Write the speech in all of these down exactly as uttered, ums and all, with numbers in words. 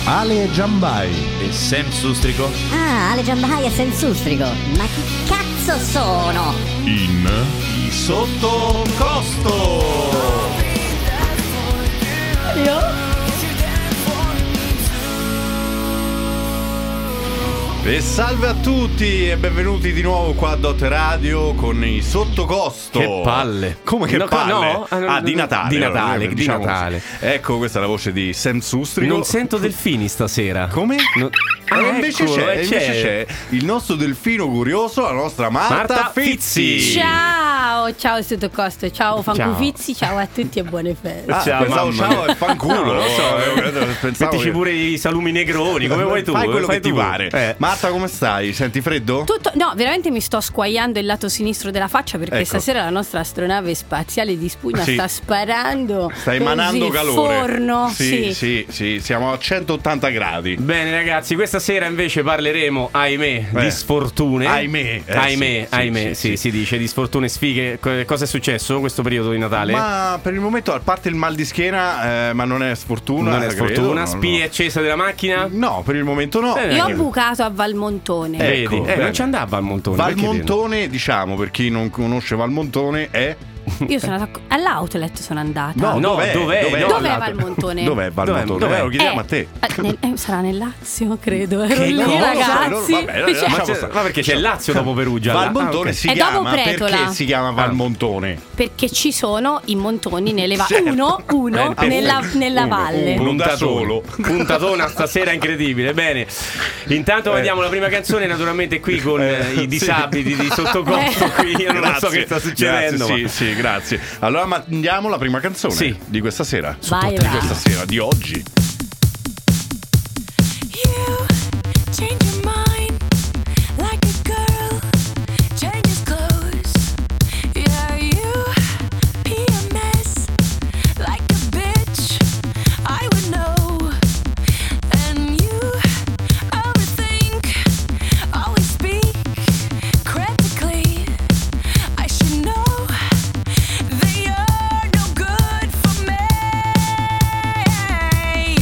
Ale Giambai e Sam Sustrico. Ah, Ale Giambai e Sam Sustrico. Ma chi cazzo sono? in I Sottocosto. Io? E salve a tutti e benvenuti di nuovo qua a Dot Radio con i Sottocosto. Che palle. Come che No, palle? no, ah, di Natale. Di Natale, allora, di diciamo Natale. così. Ecco, questa è la voce di Sam Sustrico. Non sento delfini stasera. Come? No. Ah, Ah, invece, eccolo, c'è, eh, invece c'è. c'è il nostro delfino curioso, la nostra Marta, Marta Fizzi. Fizzi. Ciao, ciao Sottocosto, ciao Fancufizzi, Ciao. ciao a tutti e buone feste. Ah, Ciao, pensavo mamma ciao mia. e fanculo. No, non lo so, Eh, pensavo Mettici che- pure i salumi negroni, come vuoi tu. Fai quello fai che ti tu. pare. Eh. Marta, come stai? Senti freddo? Tutto, no, veramente mi sto squagliando il lato sinistro della faccia perché Ecco. stasera la nostra astronave spaziale di spugna Sì. sta sparando. Stai così, emanando calore. Forno, sì, sì. sì, sì, siamo a centottanta gradi. Bene ragazzi, questa sera invece parleremo, ahimè, Eh. di sfortune. Ahimè, eh, ahimè, sì, ahimè, sì, sì, sì. si dice di sfortune, sfighe. Co- Cosa è successo questo periodo di Natale? Ma per il momento, a parte il mal di schiena, eh, ma non è sfortuna. non è credo, sfortuna, no, spia no. accesa della macchina? No, per il momento no. Eh, Io ho Eh. bucato a Valmontone. Eh. Vedi, ecco, eh, bene. non ci andava al montone. perché te- Valmontone, diciamo, per chi non conosce Valmontone, è. Io sono andata all'outlet, sono andata. No, dov'è? dov'è? Dov'è? No, Dov'è all'altro- Valmontone? Dov'è Valmontone? Dov'è? Dov'è? Eh, lo chiediamo Eh, a te. eh, nel- eh, sarà nel Lazio, credo. Ero Che lì, cosa? ragazzi. No, vabbè, Cioè, lasciamo Ma, c'è- stare. ma perché c'è il Lazio dopo Perugia? là? Valmontone Ah, ok. si È dopo chiama Pretola. perché si chiama Valmontone? perché ci sono i montoni nelle valle. Certo. Uno, uno Eh, nella, nella uno, valle. uno. da Puntatone. solo. Puntatona stasera incredibile. Bene, intanto Eh. vediamo la prima canzone. Naturalmente qui con eh, Eh, i disabili di Sottocosto. Eh. Qui io non so Grazie, che sta succedendo. Grazie, ma- sì, sì, grazie. Allora mandiamo la prima canzone Sì. di questa sera. Vai, Di vai. questa sera, di oggi. You change your mind like a girl changes clothes. Yeah, you P M S like a bitch. I would know. And you overthink, always speak critically. I should know that you're no good for me.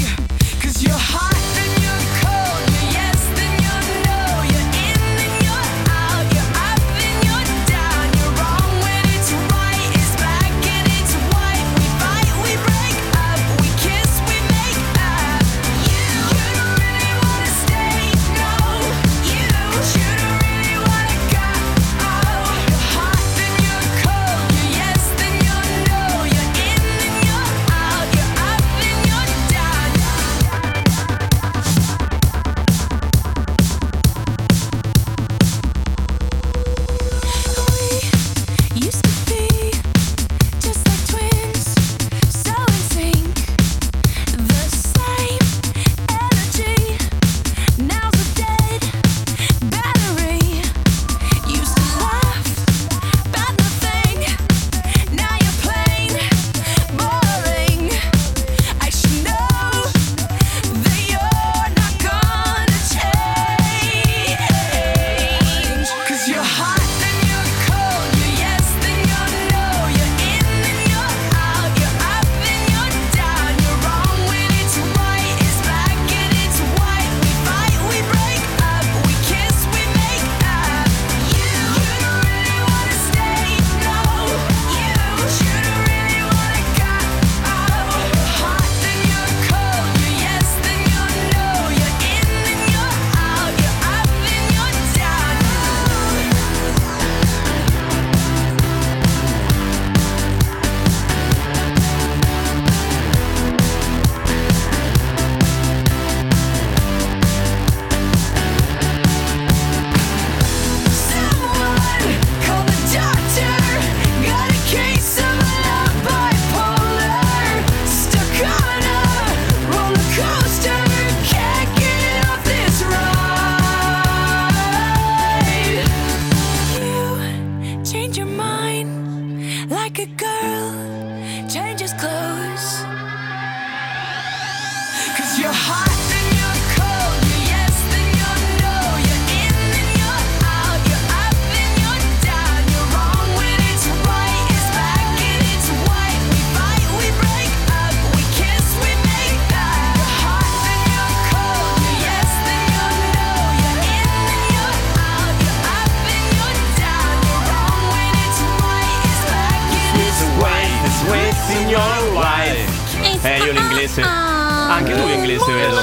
inglese. Ah. Anche tu inglese, vedo.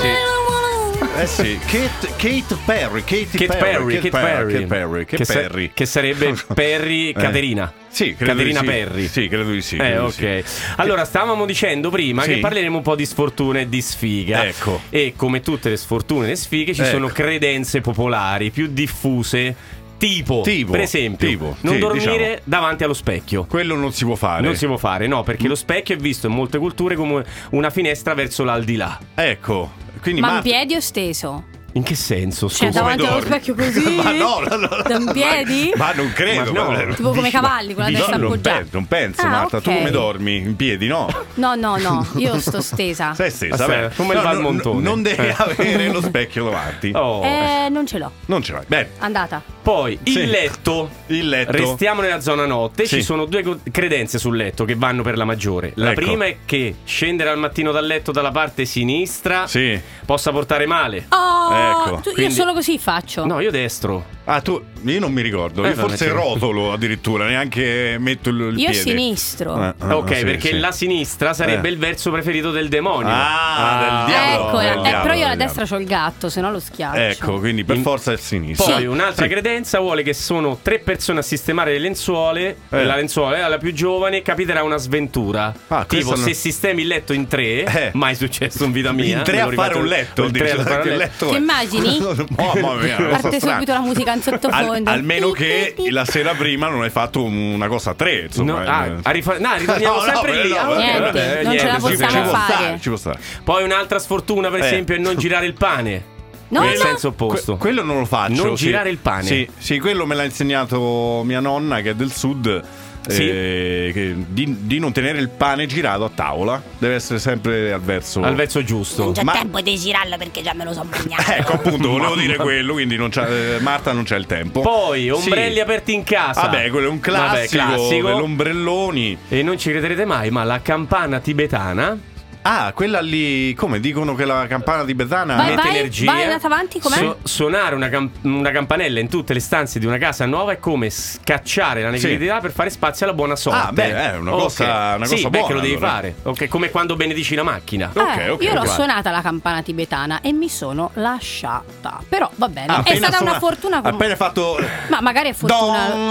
Eh sì, Kate, Kate Perry, Katy Kate Perry, Kate Perry, Kate Perry, Kate che, sa- Perry. che sarebbe Perry Eh. Caterina. Sì, credo Caterina di sì. Perry. Sì, credo di sì. Eh, credo di ok. sì. Allora, stavamo dicendo prima Sì. che parleremo un po' di sfortuna e di sfiga. Ecco. E come tutte le sfortune e le sfighe, ci Ecco. sono credenze popolari più diffuse. Tipo, Tipo, per esempio, tipo, non sì, dormire diciamo. davanti allo specchio. Quello non si può fare. Non si può fare, no, perché lo specchio è visto in molte culture come una finestra verso l'aldilà. Ecco, quindi Ma in Marta- piedi o steso? In che senso? Cioè, Scusa. davanti allo dormi? specchio così? Ma no, no, no, no. Da in piedi? Ma non credo. Ma no. ma- Tipo come i cavalli, con la No, testa non, appoggiata. penso, non penso, Ah, Marta. ok. Tu come dormi? In piedi, no? No, no, no, io sto stesa. Sei stessa, Aspetta, vabbè. come il No, no, Valmontone. Non devi Eh. avere lo specchio davanti. Oh. Eh, non ce l'ho. Non ce l'hai. Bene. Andata. Poi il Sì. letto. Il letto. Restiamo nella zona notte. Sì. Ci sono due co- credenze sul letto che vanno per la maggiore. La Ecco. prima è che scendere al mattino dal letto dalla parte sinistra Sì. possa portare male. Oh, Ecco, tu- io quindi- solo così faccio. No, io destro. Ah, tu, io non mi ricordo. Eh, Io vabbè, forse sì. rotolo addirittura, neanche metto il, il Io piede. sinistro. Eh, ah, ok, sì, perché sì. la sinistra sarebbe Eh. il verso preferito del demonio. Ah, del diavolo. Ecco, del eh, diavolo, però io alla del destra c'ho il gatto, se no lo schiaccio. Ecco, quindi per In- forza è il sinistro. Poi un'altra Sì. credenza vuole che sono tre persone a sistemare le lenzuole. Eh. La lenzuola alla più giovane capiterà una sventura. Ah, tipo, questo non- se sistemi il letto in tre, Eh. mai successo in vita mia. In tre me a lo fare rifaccio- un letto. in tre a dice, fare un che letto. letto Ti è? immagini? Mamma mia, una cosa Parte strana. subito la musica in sottofondo. Al- almeno che la sera prima non hai fatto una cosa a tre, insomma. No, ah, a rifa- no, ritorniamo No, no, sempre lì. no, Ah, no, ok, niente, vabbè, non ce la niente, ci, possiamo ci può fare. stare, ci può stare. Poi un'altra sfortuna, per Eh. esempio, è non girare il pane. No, nel no. senso opposto. Que- quello non lo faccio. Non sì. girare il pane. Sì, sì, quello me l'ha insegnato mia nonna che è del sud. Sì. eh, che di, di non tenere il pane girato a tavola, deve essere sempre al verso. Al verso giusto. Non c'è Ma- tempo di girarlo perché già me lo so mangiato. Ecco, appunto, volevo dire quello, quindi non c'ha, eh, Marta non c'ha il tempo. Poi ombrelli Sì. aperti in casa. Vabbè, quello è un Vabbè, classico, classico. degli ombrelloni. E non ci crederete mai, ma la campana tibetana Ah, quella lì, come dicono che la campana tibetana Vai, mette vai, energia. vai, andata avanti, com'è? Su- suonare una, cam- una campanella in tutte le stanze di una casa nuova è come scacciare la negatività per fare spazio alla buona sorte. Ah, beh, è una Ok. cosa- una sì, cosa beh, buona, che lo devi allora. fare. Ok, come quando benedici la macchina. Eh, ok, ok, io l'ho guarda. suonata la campana tibetana e mi sono lasciata. Però va bene, Ah, è appena stata una suona- fortuna com- appena fatto Ma magari è fortuna. Don,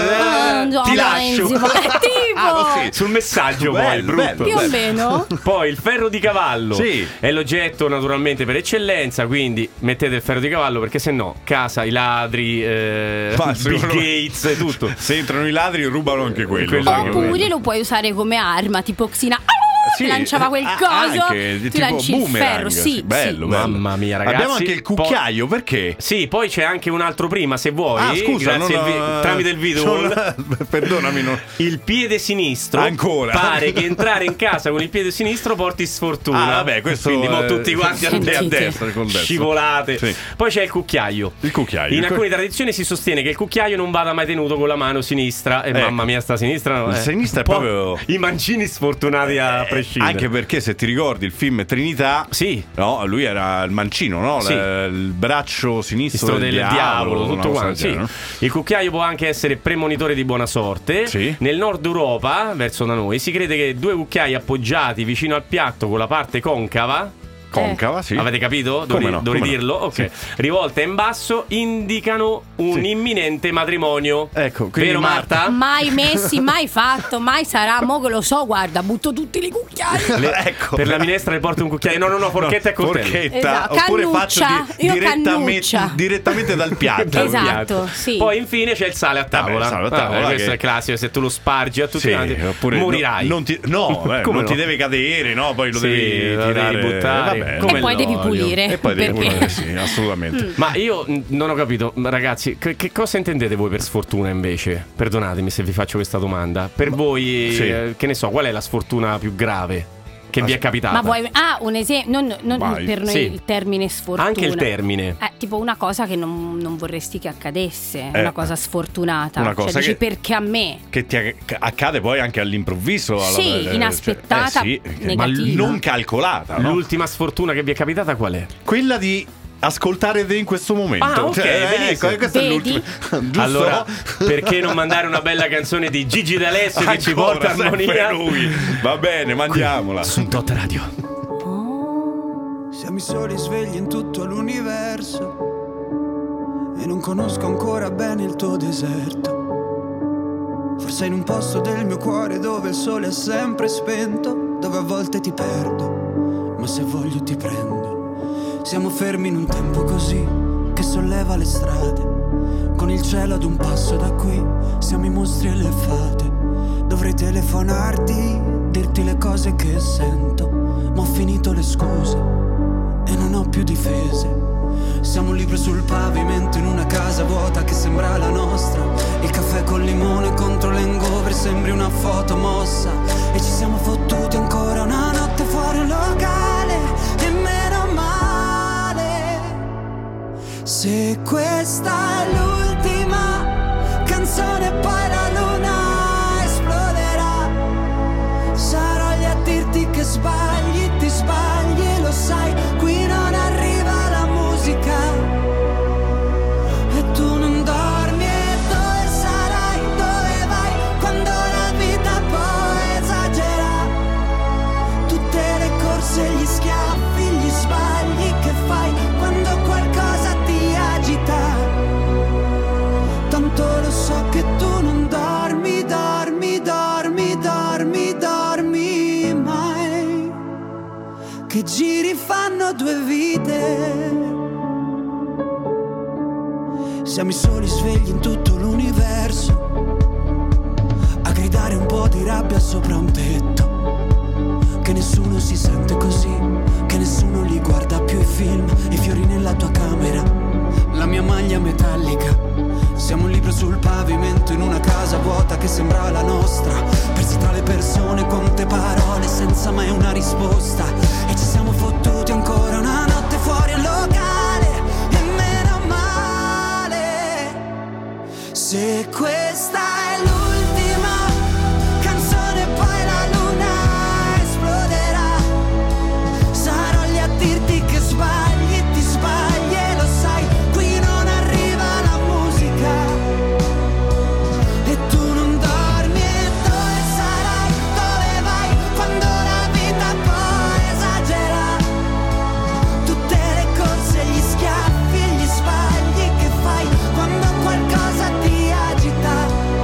Ah, eh, no, ti no, lascio. Enzo, ma è tipo- Ah, così. Sul messaggio poi, Bello, brutto. bello, Più o bello. meno. Poi il ferro di cavallo Sì. è l'oggetto naturalmente per eccellenza, quindi mettete il ferro di cavallo perché se no casa, i ladri, eh, Ma Bill secondo me- Gates e tutto. Se entrano i ladri rubano anche quello. Quello anche Secondo me. Oppure lo puoi usare come arma, tipo Xina. Sì, Ti lanciava quel ah, coso. anche, tu tipo lanci il boomerang, ferro. sì, Sì, bello, sì. bello. Mamma mia, ragazzi. Abbiamo anche il cucchiaio, perché? Sì, poi c'è anche un altro prima, se vuoi. Ah, scusa, grazie non, al vi- eh, tramite il video. non- perdonami, non- Il piede sinistro. Ancora? Pare che entrare in casa con il piede sinistro porti sfortuna. Ah, vabbè, questo Quindi mo eh, tutti quanti a, sì, a Sentite. destra, col destro. scivolate. Sì. Poi c'è il cucchiaio. Il cucchiaio. In Il cu- alcune tradizioni si sostiene che il cucchiaio non vada mai tenuto con la mano sinistra. E Ecco. mamma mia, sta sinistra no, La eh. sinistra è Un po' proprio- i mancini sfortunati a prescindere. Anche perché se ti ricordi il film Trinità, Sì. no, lui era il mancino, no? Sì. L- il braccio sinistro Sinistro del, del diavolo, una tutto cosa quanto. del Sì. genere, Il cucchiaio può anche essere premonitore di buona sorte. Sì. Nel nord Europa, verso da noi, si crede che due cucchiai appoggiati vicino al piatto con la parte concava. Concava, sì. Avete capito? Come Dovrei, no, dovrei come no. dirlo? Ok. Sì. Rivolta in basso indicano un Sì. imminente matrimonio. Ecco, quindi Vero Marta- Marta? Mai messi, mai fatto, mai sarà. Mo che lo so, guarda, butto tutti i cucchiai. Le- ecco. Per la minestra le porta un cucchiaio. No, no, no, forchetta e coltello. Forchetta, Esatto. oppure Cannuccia. faccio di- Io direttamente, cannuccia. direttamente dal piatto. Dal Esatto, piatto. sì. Poi infine c'è il sale a tavola. Vabbè, il sale a tavola, Vabbè, questo che- è il classico. Se tu lo spargi a tutti Sì, quanti, oppure morirai. no, non ti, no, eh, Come non no? ti deve cadere, no? Poi lo Sì, devi lo tirare, devi buttare. vabbè. Come E poi devi l'olio. pulire. E poi devi perché- pulire, sì, assolutamente. Ma io mh, non ho capito, ma ragazzi, che, che cosa intendete voi per sfortuna invece? Perdonatemi se vi faccio questa domanda. Per voi, sì. eh, che ne so, qual è la sfortuna più grave che vi è capitata? Ma vuoi. Ah, un esempio. Non, non Vai. per noi Sì. il termine sfortuna. Anche il termine. Eh, tipo una cosa che non, non vorresti che accadesse. Eh, una cosa sfortunata. una cosa cioè, dici che- perché a me? Che ti acc- accade poi anche all'improvviso. alla- Sì, eh, inaspettata, cioè, eh sì, ma negativa. non calcolata, no? L'ultima sfortuna che vi è capitata qual è? Quella di ascoltare te in questo momento. Ah, ok, Cioè, benissimo. ecco, questa è Vedi? l'ultima. Giusto? Allora, perché non mandare una bella canzone di Gigi D'Alessio che ci Ancora, porta sempre armonia? lui. Va bene, mandiamola. Su Dot Radio. Siamo i soli svegli in tutto l'universo e non conosco ancora bene il tuo deserto. Forse in un posto del mio cuore dove il sole è sempre spento, dove a volte ti perdo, ma se voglio ti prendo. Siamo fermi in un tempo così che solleva le strade, con il cielo ad un passo da qui, siamo i mostri e le fate. Dovrei telefonarti, dirti le cose che sento, ma ho finito le scuse e non ho più difese. Siamo un libro sul pavimento in una casa vuota che sembra la nostra. Il caffè col limone contro l'hangover sembri una foto mossa. E ci siamo fottuti ancora una notte fuori un locale, e meno male. Se questa è l'ultima canzone poi la luna esploderà. Sarò lì a dirti che sbagli, ti sbagli e lo sai. Qui non arriva la musica e tu non dormi. E dove sarai, dove vai, quando la vita poi esagera? Tutte le corse, gli schiaffi, gli sbagli che fai quando qualcosa ti agita. Tanto lo so che tu non dormi, dormi, dormi, dormi, dormi mai. Che giri fanno due vite. Siamo i soli svegli in tutto l'universo a gridare un po' di rabbia sopra un tetto. Che nessuno si sente così, che nessuno li guarda più i film. I fiori nella tua camera, la mia maglia metallica. Siamo un libro sul pavimento in una casa vuota che sembra la nostra. Persi tra le persone, quante parole senza mai una risposta. E ci siamo fottuti ancora una notte fuori al locale, e meno male. Se questa è l'ultima canzone poi la luna esploderà. Sarò lì a dirti che sbagli, ti sbagli e lo sai. Qui non arriva la musica e tu non dormi. E dove sarai, dove vai, quando la vita poi esagera? Tutte le corse, gli schiaffi, gli sbagli che fai quando qualcosa ti agita.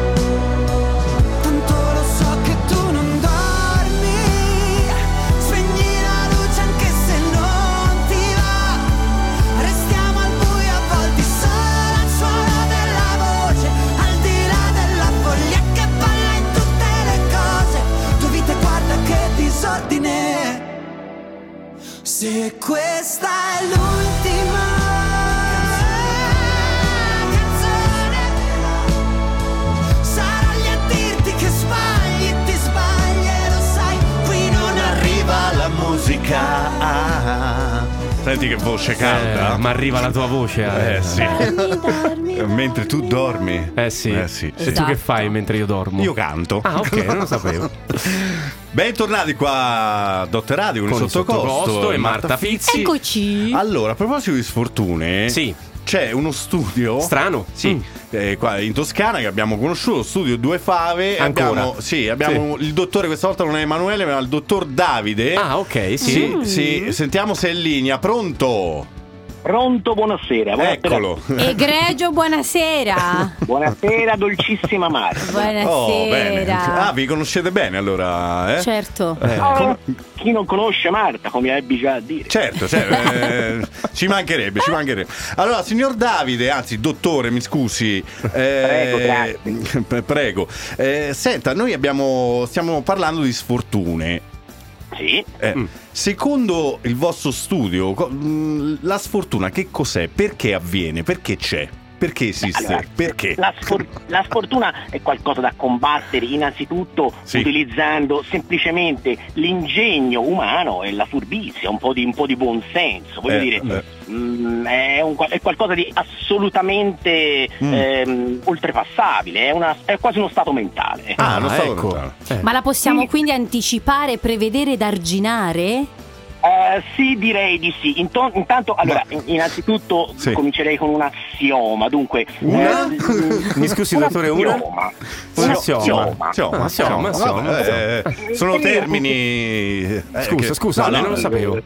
Tanto lo so che tu non dormi. Spegni la luce anche se non ti va. Restiamo al buio avvolti solo al suono della voce, al di là della foglia che balla in tutte le cose. Tua vita guarda che disordine. Se questa è l'ultima canzone, sarò lì a dirti che sbagli, ti sbagli e lo sai. Qui non arriva la musica. Senti che voce calda. Eh, ma arriva la tua voce. Eh, Eh, sì. Mentre tu dormi. Eh sì. Eh sì. E tu Esatto. che fai mentre io dormo? Io canto. Ah, ok, non lo sapevo. Bentornati qua a Dot Radio con, Con il sottocosto, Sottocosto e Marta Fizzi. Eccoci. Allora, a proposito di sfortune, Sì. c'è uno studio Strano? Sì, Mm. eh, qua in Toscana che abbiamo conosciuto, studio Due Fave. Ancora? Abbiamo, sì, abbiamo il dottore, questa volta non è Emanuele, ma il dottor Davide. Ah, ok, sì. Sì, sì, sentiamo se è in linea. Pronto? Pronto, buonasera. buonasera. Eccolo. Egregio, buonasera. Buonasera, dolcissima Mara. Buonasera. Oh, bene. Ah, vi conoscete bene allora, eh? Certo. Eh, Ah, com- chi non conosce Marta, come ebbi già a dire. Certo, certo, eh, ci mancherebbe, ci mancherebbe. Allora, signor Davide, anzi, dottore, mi scusi. eh, Prego, grazie. p- Prego. Eh, senta, noi abbiamo stiamo parlando di sfortune. Sì. Eh, Secondo il vostro studio, co- mh, la sfortuna che cos'è? Perché avviene? Perché c'è? Perché esiste? Allora, Perché? La, sfor- la sfortuna è qualcosa da combattere innanzitutto Sì. utilizzando semplicemente l'ingegno umano e la furbizia, un po' di, un po' di buonsenso. Voglio Eh, dire, eh. mh, è, un, è qualcosa di assolutamente Mm. ehm, oltrepassabile, è, una- è quasi uno stato mentale. Ah, non stavo ecco. lontano. Eh. Ma la possiamo quindi anticipare, prevedere ed arginare? Eh, sì, direi di sì. Inton- intanto, allora, in- innanzitutto Sì. comincerei con un assioma. Dunque, Una? eh, Mi scusi, un dottore, una? assioma. Un Un assioma. assioma. Insomma, Ah, insomma, insomma, vabbè, eh, sono termini. eh, Scusa, che- scusa, no, lei no, non lo sapevo.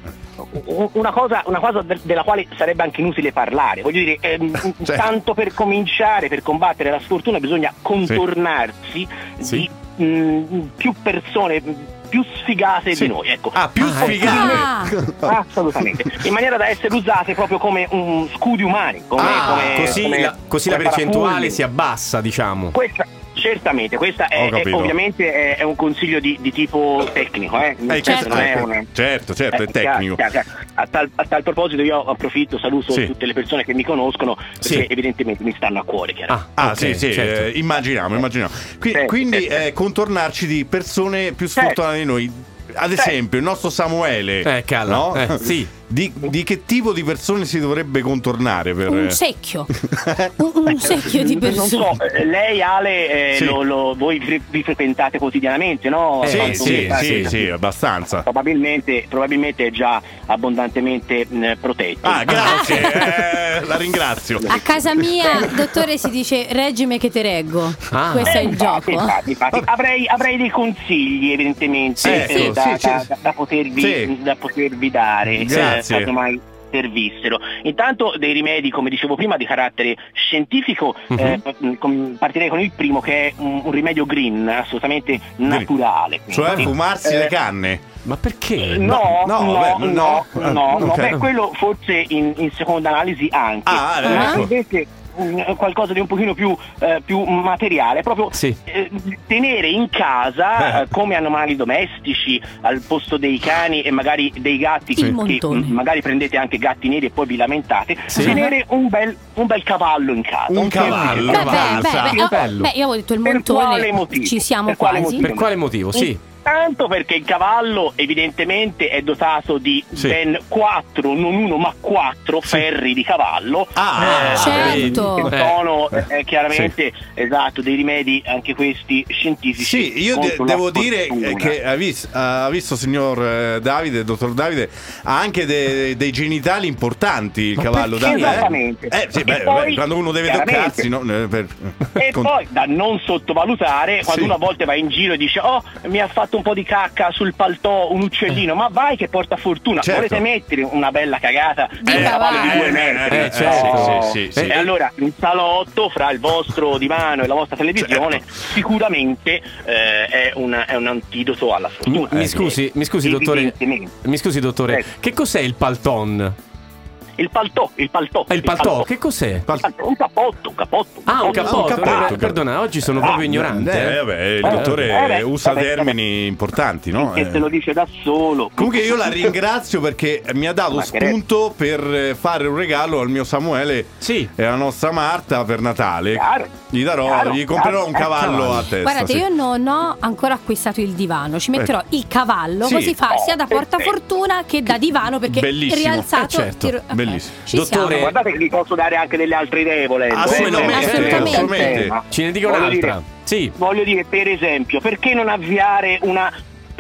una cosa, una cosa de- della quale sarebbe anche inutile parlare. Voglio dire, ehm, Certo. tanto per cominciare, per combattere la sfortuna, bisogna contornarsi Sì. di mh, più persone più sfigate Sì. di noi, ecco. Ah, più Ah, sfigate. Ah, Assolutamente, in maniera da essere usate proprio come un scudi umani, come, Ah, come- così, come- la, così la come percentuale parafulmini. si abbassa, diciamo. Questa, certamente, questa Ho è, è- capito. ovviamente è, è un consiglio di, di tipo tecnico, eh? Nel Eh, senso, certo, non è ecco. un- certo, certo, è Eh, tecnico. chiaro, chiaro, chiaro. A, tal, a tal proposito io approfitto, saluto Sì. tutte le persone che mi conoscono, perché Sì. evidentemente mi stanno a cuore, chiaro. Ah, Ah, ok, sì, sì, certo. eh, immaginiamo, immaginiamo. Qui- Certo, quindi certo. eh, contornarci di persone più Certo. sfortunate di noi. Ad esempio, il nostro Samuele. Eh, calla, no? eh, sì. Di, di che tipo di persone si dovrebbe contornare per un secchio. Un, un secchio di Non persone. so, eh, lei Ale, eh, Sì. lo- lo- voi vi, vi frequentate quotidianamente, no? Eh, Sì, Quanto sì, mi- sì, sì, abbastanza. Probabilmente, probabilmente è già abbondantemente mh, protetto. Ah, grazie, eh, la ringrazio. A casa mia, dottore, si dice reggime che te reggo. Ah. Questo è Eh, il infatti, gioco. infatti, infatti. Avrei, avrei dei consigli evidentemente Sì, eh, sì, da, sì, da- sì. da- da potervi, Sì. da potervi dare, Grazie. eh, casomai servissero. Intanto dei rimedi, come dicevo prima, di carattere scientifico, eh, com- partirei con il primo, che è un, un rimedio green, assolutamente naturale. Cioè Quindi, fumarsi eh, le canne. Ma perché? No, No, no, vabbè, no, no. no, no, Ok. beh, quello forse in, in seconda analisi anche. Ah, eh, Ma ecco. invece mm, qualcosa di un pochino più, eh, più materiale, proprio Sì. eh, tenere in casa Eh. eh, come animali domestici al posto dei cani e magari dei gatti, Il che montone. mm, magari prendete anche gatti neri e poi vi lamentate, Sì. tenere un bel, un bel cavallo in casa. Un cavallo. Beh, Cavallo, beh, sa. beh, Che oh, bello. beh, io avevo detto il Per quale montone, motivo? ci siamo Per quale quasi. motivo? Per quale motivo? Sì. Tanto perché il cavallo evidentemente è dotato di Sì. ben quattro, non uno ma quattro ferri di cavallo. Ah, eh, certo. Che sono eh, chiaramente esatto dei rimedi anche questi scientifici. Sì, io de- contro la devo dire sfortuna. eh, che ha visto, ha visto signor eh, Davide, dottor Davide, ha anche de- dei genitali importanti il Ma cavallo. perché? da- Esattamente. Eh, sì, E beh, poi, beh, quando uno deve chiaramente, toccarsi, no? Eh, per- E con- poi da non sottovalutare quando Sì. uno a volte va in giro e dice oh mi ha fatto un po' di cacca sul paltò un uccellino, ma vai che porta fortuna. Certo. Volete mettere una bella cagata Di di cavallo di cavallo. due metri? Eh, certo. No. Sì, sì, sì, sì. E allora in salotto fra il vostro divano e la vostra televisione Certo. sicuramente eh, è, un, è un antidoto alla sfortuna. Mi scusi, mi scusi dottore. Evidentemente. Mi scusi dottore, Eh. che cos'è il palton? Il paltò, il paltò. Ah, il paltò, che cos'è? Pal- Un cappotto, un cappotto. Ah, un cappotto. cappotto. Eh, Perdona, oggi sono proprio ignorante. Eh, eh. vabbè, il Eh, dottore eh, beh, usa vabbè, termini importanti, no? Che Eh. te lo dice da solo. Comunque io la ringrazio perché mi ha dato Ma che- spunto per eh, fare un regalo al mio Samuele Sì. e alla nostra Marta per Natale. Chiaro, Gli darò, chiaro, gli comprerò chiaro. un cavallo a testa. Guardate, sì. io non ho ancora acquistato il divano, ci metterò il cavallo, Sì. così fa sia da perfetto. portafortuna che da divano, perché Bellissimo. rialzato Eh, certo. tiro- ok, Bellissimo. ci Dottore- siamo. Guardate che vi posso dare anche delle altre idee volendo. Assolutamente, Eh, assolutamente. assolutamente. Ma Ce ne dica voglio un'altra. dire- Sì. Voglio dire, per esempio, perché non avviare una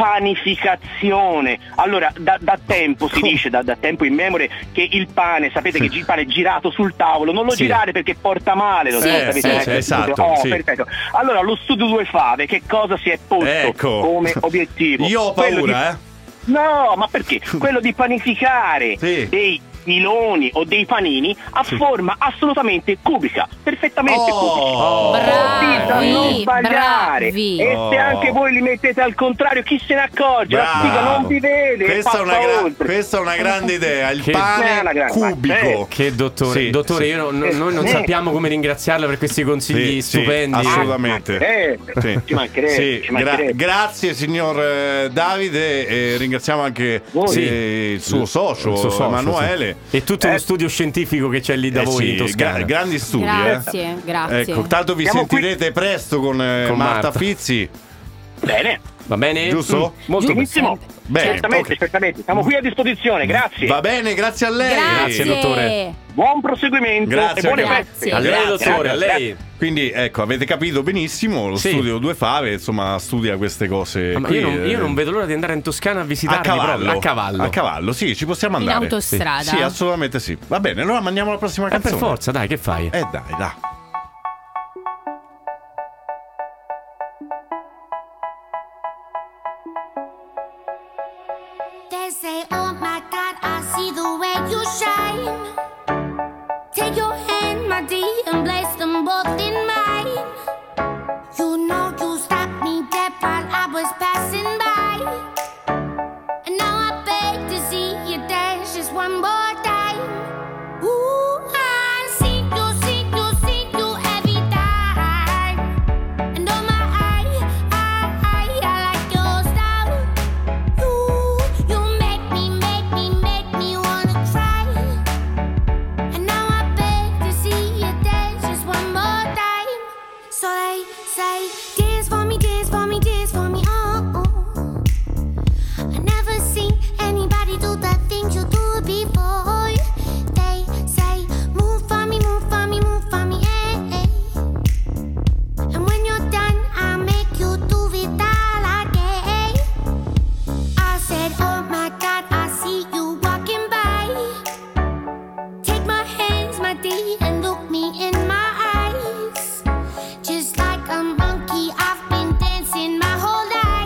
panificazione? Allora, da, da tempo si dice, da, da tempo in memoria, che il pane, sapete che il pane è girato sul tavolo, non lo Sì. girare perché porta male, lo Sì, sapete, sì, eh? sì, esatto, Oh, sì. perfetto. Allora, lo studio due fave, che cosa si è posto Ecco. come obiettivo? Io ho Quello di- paura, eh. No, ma perché? Quello di panificare Sì. dei filoni o dei panini a forma assolutamente cubica, perfettamente Oh. cubica. Oh. Così da non Bravi, sbagliare. bravi. E se Oh. anche voi li mettete al contrario, chi se ne accorge? La Bravo. sfiga non vi vede. Questa è, passa una gra- oltre. questa è una grande idea. Il Che- È pane una grande- cubico. eh. Che dottore, Sì, dottore, sì. io non- non- noi non Eh. sappiamo come ringraziarla per questi consigli Sì, sì, stupendi. assolutamente. Eh, Sì. Ci mancherebbe, Sì, ci mancherebbe. gra- grazie signor eh, Davide e ringraziamo anche Voi. eh, il suo socio, Il suo socio, Emanuele. sì. E tutto lo Eh. studio scientifico che c'è lì da Eh voi sì, in Toscana. gra- grandi studi, Grazie, eh. grazie. Ecco, tanto vi Siamo qui- sentirete presto con, eh, Con Marta, Marta. Fizzi. Bene, Va bene? Giusto? Mm, molto bene. benissimo. Bene, certamente, ok. certamente. Siamo qui a disposizione, grazie. Va bene, grazie a lei. Grazie, dottore. Buon proseguimento Grazie, e buone grazie. feste. A lei, Grazie, dottore, a grazie, lei. Quindi ecco, avete capito benissimo, lo Sì. studio Due Fave, insomma, studia queste cose. Ah, ma qui, io, non, io eh, non vedo l'ora di andare in Toscana a a visitarli cavallo. proprio. A cavallo. A cavallo, sì, ci possiamo In andare. autostrada. Sì, assolutamente sì. Va bene, allora mandiamo la prossima Eh, canzone. per forza, dai, che fai? Eh dai, dai. They say, oh my God, I something mine. You know you stopped me dead while I was passing by. And now I beg to see you dance just one more time. Ooh, I see you, see you, see you every time. And oh my, I, I, I, I like your style. You, you make me, make me, make me wanna cry. And now I beg to see you dance just one more time. So they say, dance for me, dance for me, dance for me, oh, oh. I never seen anybody do the things you do before. They say, move for me, move for me, move for me, eh, eh. And when you're done, I'll make you do it all again. I said, oh my God, I see you walking by. Take my hands, my dear, and look me in my eyes. Just like a monkey, I've been dancing my whole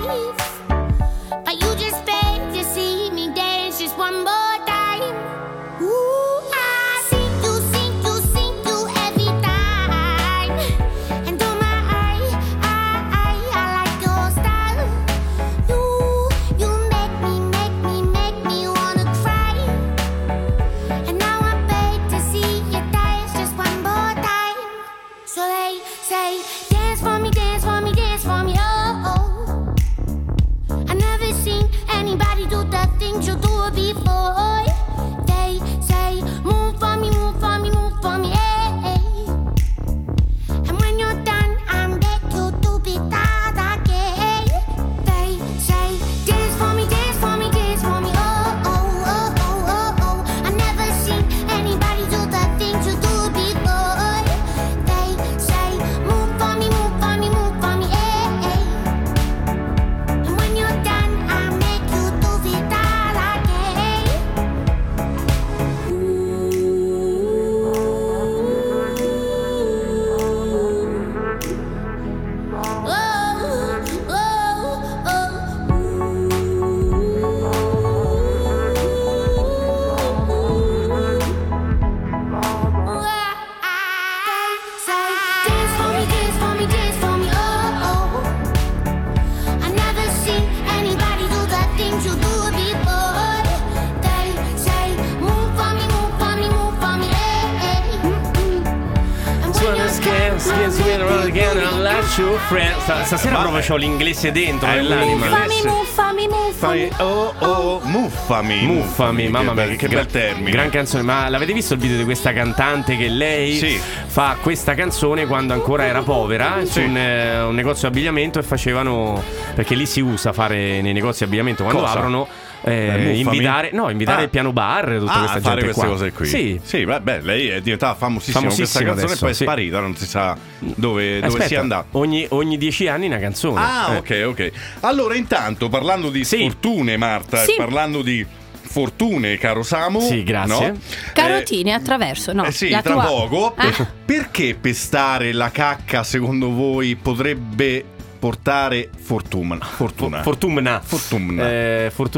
life. But you just beg to see me dance just one more time. Ooh, I see you, see you, see you every time. And oh my, I, I, I, I like your style. You, you make me, make me, make me wanna cry. And now I beg to see you dance just one more time. So they say, dance for me, dance for me, dance for me, oh, oh. I never seen anybody do the things you do before. They say, move for me, move for me, move for me, eh, eh. And when you're done, I'm back you to be that again. They say, dance for me, dance for me, dance for me, oh, oh, oh, oh, oh, oh. I never seen anybody do the things you do before. They say, move for me, move for me, move for me, eh, eh. And when you're done, I'll make you do it all again. Oh, oh, dance for me, dance for me, dance for me, oh, oh. I never seen anybody do the things you do before. They say, move for me, move for me, move for me, eh, eh. And when you're done, I'll make you do it all Stasera proprio c'ho l'inglese dentro Eh, nell'anima. Muffami, muffami, muffami. Fai, oh oh, muffami. Muffami, mamma mia, che, che gra- bel termine. Gran canzone. Ma l'avete visto il video di questa cantante che lei Sì. fa questa canzone quando ancora era povera su Sì. un, eh, un negozio di abbigliamento e facevano, perché lì si usa fare nei negozi di abbigliamento quando Cosa? aprono eh, muffami? invitare, no, invitare Ah. il piano bar, tutta Ah, questa fare gente queste qua. cose qui. Sì. Sì, vabbè, lei è diventata famosissima, con questa Famosissima canzone adesso, e poi è sì. sparita, non si sa dove, dove Aspetta, sia andata. Ogni, ogni dieci anni una canzone. Ah, Eh. ok, ok. Allora, intanto, parlando di Sì. sfortune, Marta, Sì. e parlando di fortune, caro Samu. Sì, grazie. no? Carotine attraverso, no? Eh sì, la tra tua... poco. Ah. Perché pestare la cacca, secondo voi, potrebbe portare fortuna? Fortuna. Fortuna. Fortuna. Eh, fortu-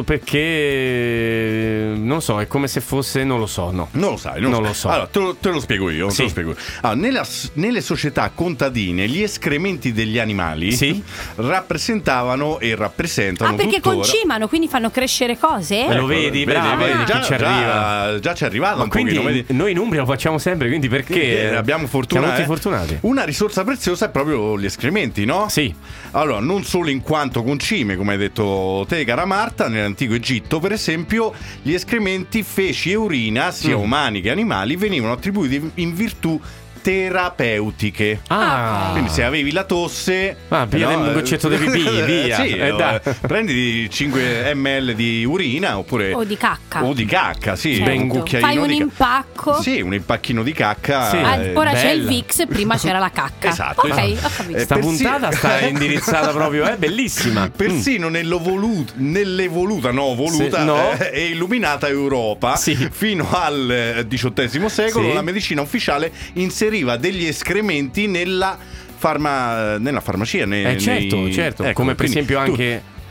perché non so, è come se fosse, non lo so, no. Non lo sai, non, Non lo lo sai. so. Allora, te lo, te lo spiego io. Sì. Te lo spiego io. Allora, nella- nelle società contadine, gli escrementi degli animali Sì. rappresentavano e rappresentano Ah, perché tuttora. concimano, quindi fanno crescere cose? Lo vedi, bravo, vedi già, chi ci già- arriva. già ci è arrivato Ma un quindi pochino, vedi? noi in Umbria lo facciamo sempre, quindi perché Perché abbiamo fortuna. Siamo tutti eh? fortunati. Una risorsa preziosa è proprio gli escrementi, no? Sì. Allora, non solo in quanto concime, come hai detto te, cara Marta, nell'antico Egitto, per esempio, gli escrementi, feci e urina, sia Mm. umani che animali, venivano attribuiti in virtù terapeutiche. Ah, Quindi se avevi la tosse, Ah, pigliati un goccetto di pipì, via. Sì, Eh, eh, dai. prendi cinque millilitri di urina oppure O di cacca. o di cacca, sì, Certo. un cucchiaino Fai un di ca- impacco. Sì, un impacchino di cacca. Sì. Ah, eh, ora c'è il bella. Vix, prima c'era la cacca. Esatto, Ok, esatto. ho capito. Eh, sta persi- puntata sta indirizzata proprio, è bellissima. Persino nell'evoluta, nell'evoluta, no, voluta Sì, no. eh, e illuminata Europa, Sì. fino al eh, diciottesimo secolo, Sì. la medicina ufficiale inseriva degli escrementi nella, farma, nella farmacia. Nei, Eh, certo, nei- certo. ecco, Come per quindi esempio tu- anche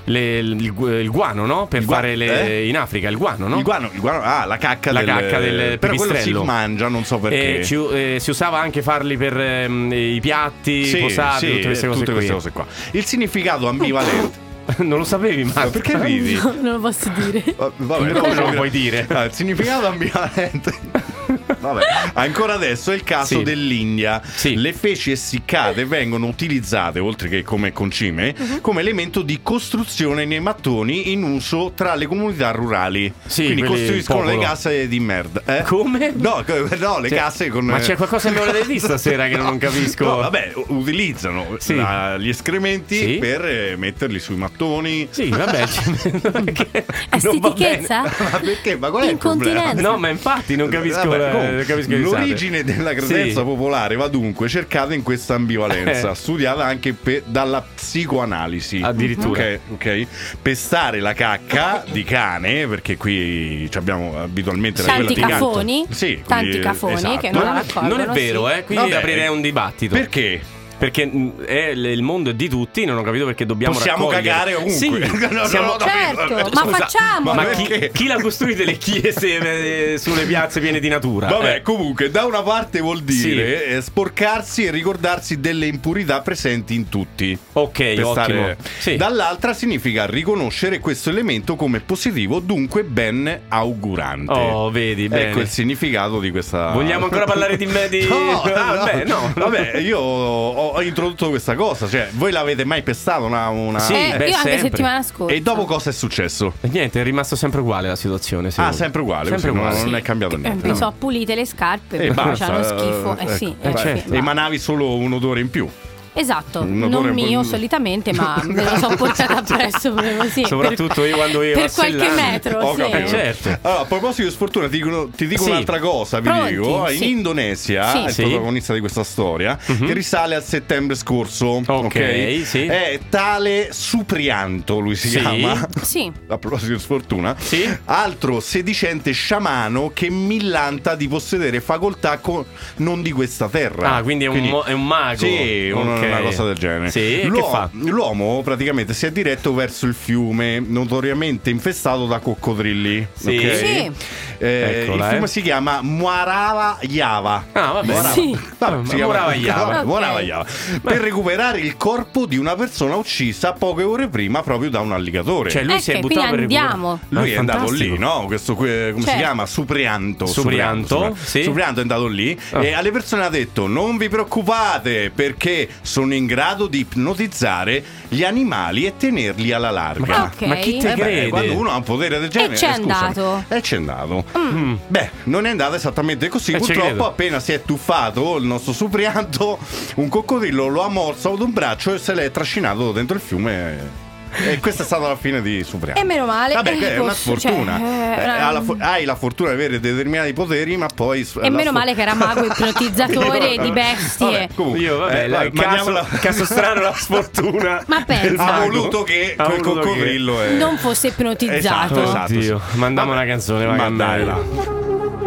le, il, il guano, no? Per Il gua- fare le, eh? in Africa il guano, no? Il guano, il guano, ah, la cacca La del, cacca del però quello pipistrello. si mangia, non so perché. E ci- eh, si usava anche farli per ehm, i piatti Sì, posati, sì, tutte queste cose tutte qui. queste cose qua. Il significato ambivalente. Non lo sapevi, Ma ma perché ridi? No, non lo posso dire. Va- Vabbè, Come no, non lo no, puoi dire? Ah, il significato ambivalente. Vabbè, ancora adesso è il caso Sì. dell'India. Sì. Le feci essiccate vengono utilizzate, oltre che come concime, come elemento di costruzione nei mattoni in uso tra le comunità rurali. Sì, Quindi quelli- costruiscono il le popolo. casse di merda. Eh? Come? No, co- no, le Cioè, casse con. ma c'è qualcosa che mi volete dire stasera che No, non capisco? No, vabbè, u- utilizzano Sì. la- gli escrementi Sì. per eh, metterli sui mattoni. Sì, vabbè. Perché È non va stitichezza? Ma perché? Ma qual è il problema? Incontinenza. No, ma infatti non capisco, Vabbè, la- comunque, non capisco le risate. l'origine della credenza Sì. popolare va dunque cercata in questa ambivalenza, Eh. studiata anche per- dalla psicoanalisi. Addirittura. Ok, ok. Pestare la cacca di cane, perché qui ci abbiamo abitualmente la Tanti quella di gatto. cafoni, Sì, tanti quindi- cafoni esatto. che non la raccolgono. Non è vero, sì. eh? Quindi Vabbè. aprirei un dibattito. Perché? Perché mh, è l- il mondo è di tutti, non ho capito perché dobbiamo Possiamo raccogliere. cagare ovunque. Sì, No, no, siamo- no, no, Certo, no, ma scusa, facciamo. Ma perché? chi, chi l'ha costruite le chiese eh, sulle piazze piene di natura? Vabbè, Eh. comunque, da una parte vuol dire eh, sporcarsi e ricordarsi delle impurità presenti in tutti. Ok, Per ottimo. stare- Sì. Dall'altra significa riconoscere questo elemento come positivo, dunque ben augurante. Oh, vedi, bene. Ecco il significato di questa. Vogliamo ancora parlare di me di... No, Ah, no. beh, no. Vabbè, io ho, ho introdotto questa cosa. Cioè, voi l'avete mai pestato una. una... Sì, Eh, beh, io anche sempre. settimana scorsa. E dopo cosa è successo? E niente, è rimasto sempre uguale la situazione. Ah, secondo me. sempre uguale. Sempre così, no, uguale. non è cambiato Eh, niente. mi no. sono pulite le scarpe E perché basta, c'hanno schifo. Eh ecco. sì, Eh, eh, certo. sì, Emanavi solo un odore in più. Esatto, Un non odore- mio solitamente, ma me lo sono portata appresso proprio così. Soprattutto per, io quando io per a qualche Sellano. metro, Ho sì. capito. Eh, certo. Allora, a proposito di sfortuna, ti dico, ti dico Sì. un'altra cosa. Vi Pronti? dico, in Sì. Indonesia, Sì. il Sì. protagonista di questa storia, che risale al settembre scorso. Ok, sì. È tale Suprianto, lui si Sì. chiama. Sì. A proposito di sfortuna, Sì. altro sedicente sciamano che millanta di possedere facoltà co- non di questa terra. Ah, quindi è un, mo- è un mago. Sì, una, Ok. una cosa del genere. Sì, e L'uo- che fa? L'uomo praticamente si è diretto verso il fiume, notoriamente infestato da coccodrilli. Sì. ok? Sì. Eh, Eccola, il fiume eh. si chiama Muarava Java. Ah, vabbè. Morava. Sì. Vabbè, Ah, si chiama- Morava Java. Vabbè, Ok. Morava Java. Per recuperare il corpo di una persona uccisa poche ore prima proprio da un alligatore. Cioè, lui Ecco, si è quindi buttato per andiamo. recuperare- Lui Ah, è andato fantastico. lì, no? Questo que- come si Certo. chiama? Suprianto. Suprianto, sì. Suprianto è andato lì Ah. e alle persone ha detto: non vi preoccupate perché sono in grado di ipnotizzare gli animali e tenerli alla larga. Ok. Ma chi te Eh beh, crede? quando uno ha un potere del genere, c'è eh, scusami. andato. E c'è andato. Beh, non è andata esattamente così. Eh, ci Purtroppo, credo. appena si è tuffato il nostro Suprianto, un coccodrillo lo ha morso ad un braccio e se l'è trascinato dentro il fiume. E questa è stata la fine di Suprianto. E meno male. Vabbè, che è una Posso- sfortuna. cioè, eh, Eh, una- ha la fo- hai la fortuna di avere determinati poteri, ma poi. E meno male che era mago ipnotizzatore di bestie. Vabbè, comunque, Io, vabbè, eh, la- vai, caso, mandiamola- caso strano la sfortuna. Ma pensa. del Ha mago. voluto che Ha quel voluto che- coccodrillo è- Non fosse ipnotizzato. Esatto, esatto. Oddio, mandiamo Vabbè. una canzone, va, Ma che dai, meglio. là.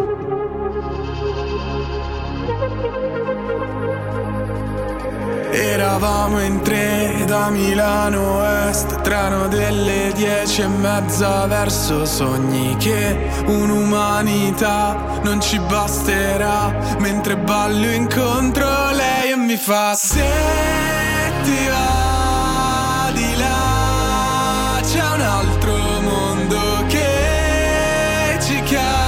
Eravamo in tre da Milano Est, treno delle dieci e mezza verso sogni che un'umanità non ci basterà. Mentre ballo incontro lei e mi fa: se ti va di là c'è un altro mondo che ci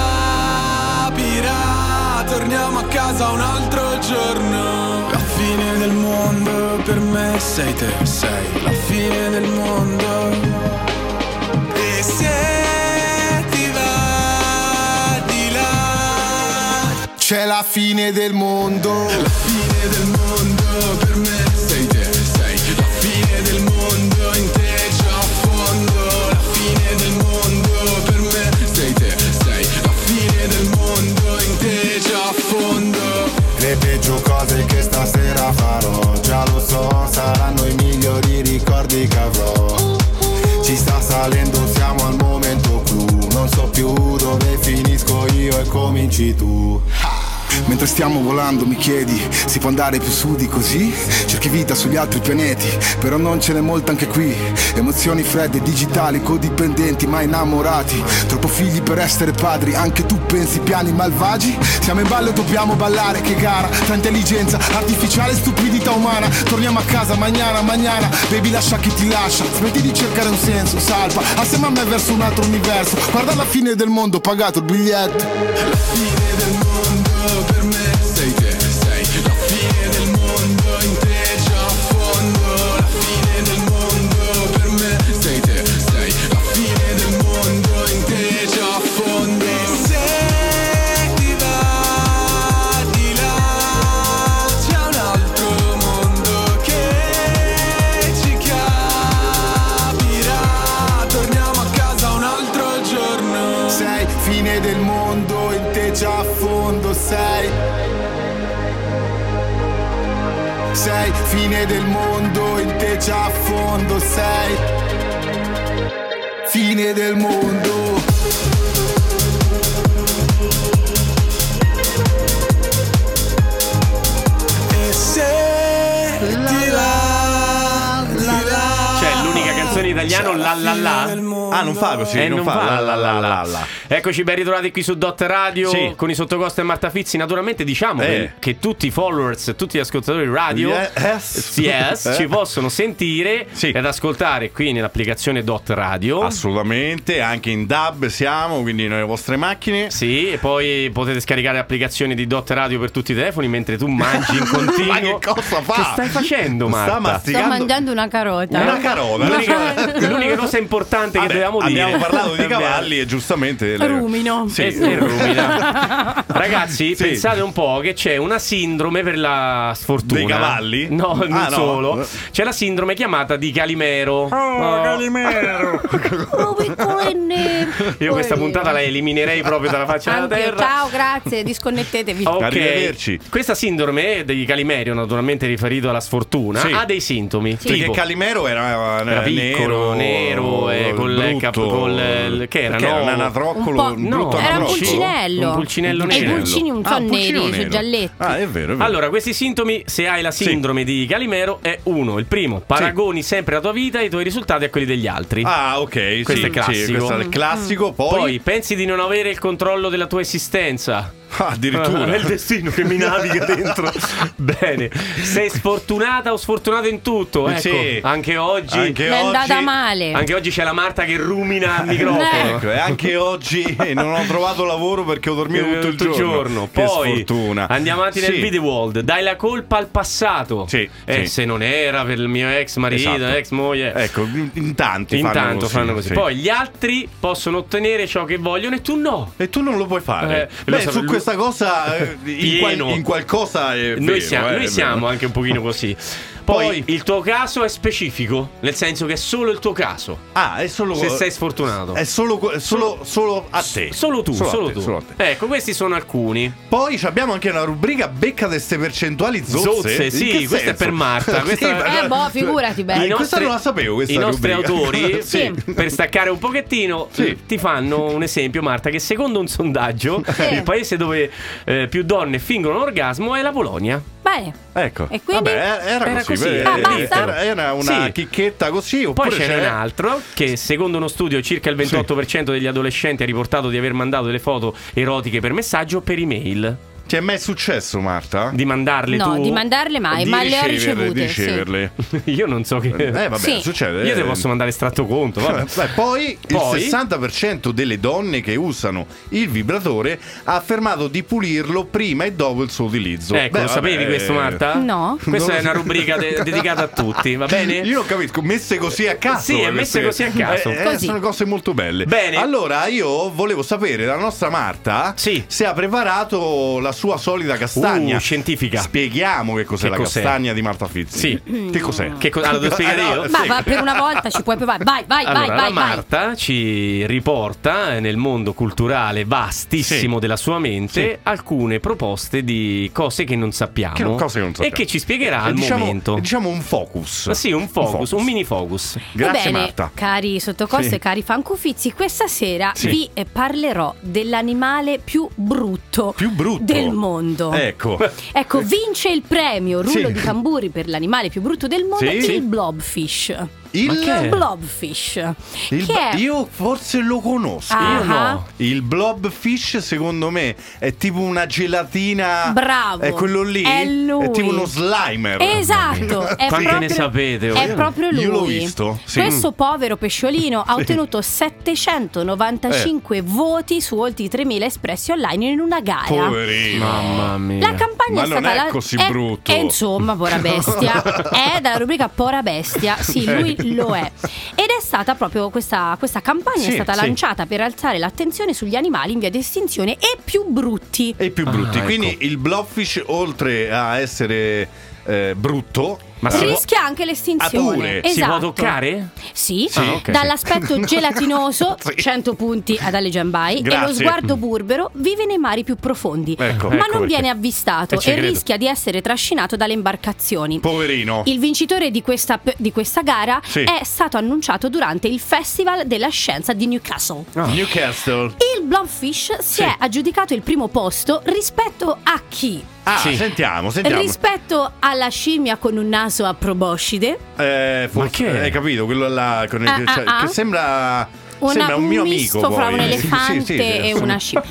capirà. Torniamo a casa un altro giorno. La fine del mondo per me sei te, sei la fine del mondo. E se ti va di là c'è la fine del mondo. La fine del mondo per me sei te, sei la fine del mondo. In te già a fondo. La fine del mondo per me sei te, sei la fine del mondo. In te già a fondo. Le peggio cose che stasera farò, già lo so, saranno i migliori ricordi che avrò. Ci sta salendo, siamo al momento clou, non so più dove finisco io e cominci tu. Mentre stiamo volando mi chiedi, si può andare più su di così? Cerchi vita sugli altri pianeti, però non ce n'è molta anche qui. Emozioni fredde, digitali, codipendenti, ma innamorati. Troppo figli per essere padri, anche tu pensi piani malvagi? Siamo in ballo e dobbiamo ballare, che gara tra intelligenza artificiale e stupidità umana. Torniamo a casa, mañana, mañana, baby lascia chi ti lascia. Smetti di cercare un senso, salva, assieme a me verso un altro universo. Guarda la fine del mondo, pagato il biglietto. La fine del mondo per me sei te, sei la fine del mondo, in te già a fondo. La fine del mondo per me sei te, sei la fine del mondo, in te già a fondo. E se ti va di là c'è un altro mondo che ci capirà. Torniamo a casa un altro giorno. Sei fine del mondo, in te già a fondo sei. Sei fine del mondo, in te già a fondo sei. Fine del mondo. E se ti va, ti va. Cioè, l'unica canzone in italiano, la la la. Ah, non fa così, Eh, non, non fa fa la la la la la. Eccoci ben ritrovati qui su Dot Radio, Sì. con i Sottocosta e Marta Fizzi. Naturalmente diciamo Eh. che, che tutti i followers, tutti gli ascoltatori radio Yes. yes, Eh. ci possono sentire Sì. ed ascoltare qui nell'applicazione Dot Radio. Assolutamente, anche in D A B siamo, quindi nelle vostre macchine. Sì, e poi potete scaricare l'applicazione di Dot Radio per tutti i telefoni mentre tu mangi in continuo. Ma che cosa fa? Che stai facendo, Marta? Sta Sto masticando mangiando una carota. una carota. L'unica, l'unica cosa importante Vabbè, che dobbiamo dire. abbiamo parlato di Abbiamo- cavalli e giustamente le- Rumino. Sì. E- e rumina. Ragazzi, Sì. pensate un po' che c'è una sindrome per la sfortuna. Dei cavalli? No, non Ah, no. solo. C'è la sindrome chiamata di Calimero. Oh, Calimero. Oh, piccolenne. Io questa puntata la eliminerei proprio dalla faccia della Anche, terra. ciao, grazie, disconnettetevi. Ok, Arrivederci. questa sindrome di Calimero, naturalmente riferito alla sfortuna, Sì. ha dei sintomi. Perché Tipo, Calimero era, era piccolo, nero, e col brutto. cap- col- che era, Perché no? era un anatroccolo, Un po'- un no, brutto Era un anatroccolo. pulcinello. Un pulcinello E i nero. pulcini non Ah, sono un pulcino neri, nero. sono gialletti. Ah, è vero, è vero. Allora, questi sintomi, se hai la sindrome di Calimero, è uno. Il primo, paragoni sempre la tua vita e i tuoi risultati a quelli degli altri. Ah, ok. Questo sì, è classico. Sì, questo è il classico. Poi, Poi pensi di non avere il controllo della tua esistenza. Ah, addirittura. È il destino che mi naviga dentro. Bene. Sei sfortunata o sfortunato in tutto? Ecco, Sì. anche oggi. Anche Mi è andata oggi- male. Anche oggi c'è la Marta che rumina al microfono. Ecco, e anche oggi non ho trovato lavoro perché ho dormito tutto il Tutto giorno. Che Poi sfortuna. andiamo avanti nel Sì. video world. Dai la colpa al passato. Sì, Eh, sì. se non era per il mio ex marito, Esatto. ex moglie. Ecco, in, in tanti fanno Intanto così. fanno così. sì. Poi gli altri possono ottenere ciò che vogliono e tu no. E tu non lo puoi fare. Eh, lo Beh, so, su lui- questa cosa eh, in, qual- Pieno. in qualcosa è Noi, vero, siamo, eh, noi è siamo vero. anche un pochino così. Poi, Poi- il tuo caso è specifico, nel senso che è solo il tuo caso. Ah, è solo Se sei sfortunato. È solo, è solo, solo a te. Solo tu, Solo a solo, te, tu. solo a te. Ecco, questi sono alcuni. Poi abbiamo anche una rubrica becca di queste percentuali zozze. Zozze, In sì, che questa è senso? per Marta, questa- Sì, ma- Eh, boh, figurati, beh. Eh, I questa nostri- non la sapevo, questa I nostri rubrica. autori, Sì. per staccare un pochettino, Sì. ti fanno un esempio, Marta, che secondo un sondaggio, Sì. il paese dove eh, più donne fingono l'orgasmo è la Polonia. Bene. Ecco. E quindi? Vabbè, era, Era così. così, eh, ah, basta? era, era una Sì. chicchetta così. Poi Oppure ce n'è c'è un altro che secondo uno studio circa il ventotto per cento degli adolescenti ha riportato di aver mandato delle foto erotiche per messaggio o per email. Ti è mai successo, Marta? Di mandarle No, tu? di mandarle mai, Di ma le ho riceverle, ricevute. di sì. riceverle. Io non so che... Eh, vabbè, Sì. succede. Io te eh. posso mandare estratto conto, vabbè. Beh, poi, Poi? il sessanta per cento delle donne che usano il vibratore ha affermato di pulirlo prima e dopo il suo utilizzo. Ecco, Beh, lo sapevi vabbè, questo, Marta? No. Questa Non è lo una so. rubrica de- dedicata a tutti, va bene? Io non capisco, messe così a caso. Sì, eh, messe queste- così a caso. Eh, eh, Così. sono cose molto belle. Bene. Allora, io volevo sapere dalla nostra Marta Sì. se ha preparato la sua solita castagna. Uh, scientifica. Spieghiamo che cos'è Che la cos'è? castagna di Marta Fizzi. Sì. Che cos'è? Che co- ah, lo devo spiegare Ah, no, io? Ma sì. va, per una volta ci puoi provare. Vai, vai, Allora, vai, la vai, vai. Marta ci riporta eh, nel mondo culturale vastissimo Sì. della sua mente Sì. alcune proposte di cose che non sappiamo, Che non- cose che non sappiamo. e che ci spiegherà E al diciamo, momento. e diciamo un focus. Ah, sì, un focus, un mini focus. Grazie, Va bene, Marta. cari sottocoste Sì. e cari fancufizzi, questa sera Sì. vi eh, parlerò dell'animale più brutto, Più brutto? del del mondo. Ecco. Ecco, vince il premio rullo Sì. di tamburi per l'animale più brutto del mondo, Sì. il blobfish. Il, Ma che è? Blobfish. il che ba- è? Io forse lo conosco. Ah. Io no. Il blobfish secondo me è tipo una gelatina. Bravo. È quello lì. È lui. tipo uno slimer. Esatto, è Quanti proprio, ne sapete? È Io- proprio lui. io l'ho visto, sì. Questo povero pesciolino ha Sì. ottenuto settecentonovantacinque voti su oltre i tremila espressi online in una gara. Poverino. Mamma mia. La campagna Ma è non stata è la- così è- brutto. è, insomma, povera bestia. È dalla rubrica Povera bestia. Sì, lui lo è. Ed è stata proprio questa, questa campagna Sì, è stata sì. lanciata per alzare l'attenzione sugli animali in via di estinzione e più brutti. E i più brutti. Ah, Quindi ecco. il blobfish, oltre a essere eh, brutto, Ma si può- Rischia anche l'estinzione. Ah, pure? Si può Esatto. toccare? Sì, Ah, ok. dall'aspetto gelatinoso, Sì. cento punti ad Ale Giambai, e lo Grazie. sguardo burbero vive nei mari più profondi, Ecco. ma Ecco non perché. viene avvistato E ci e credo. rischia di essere trascinato dalle imbarcazioni. poverino. Il vincitore di questa, di questa gara Sì. è stato annunciato durante il Festival della Scienza di Newcastle. Newcastle. Il blobfish si Sì. è aggiudicato il primo posto rispetto a chi? Ah, Sì. sentiamo, sentiamo. Rispetto alla scimmia con un naso a proboscide. Eh, forse- Ma che è? Hai capito? Quello là con il- Ah, cioè, ah, ah. che sembra. Una- sembra un mio misto amico. fra poi. un Sì, elefante sì, sì, e sì. una scimmia.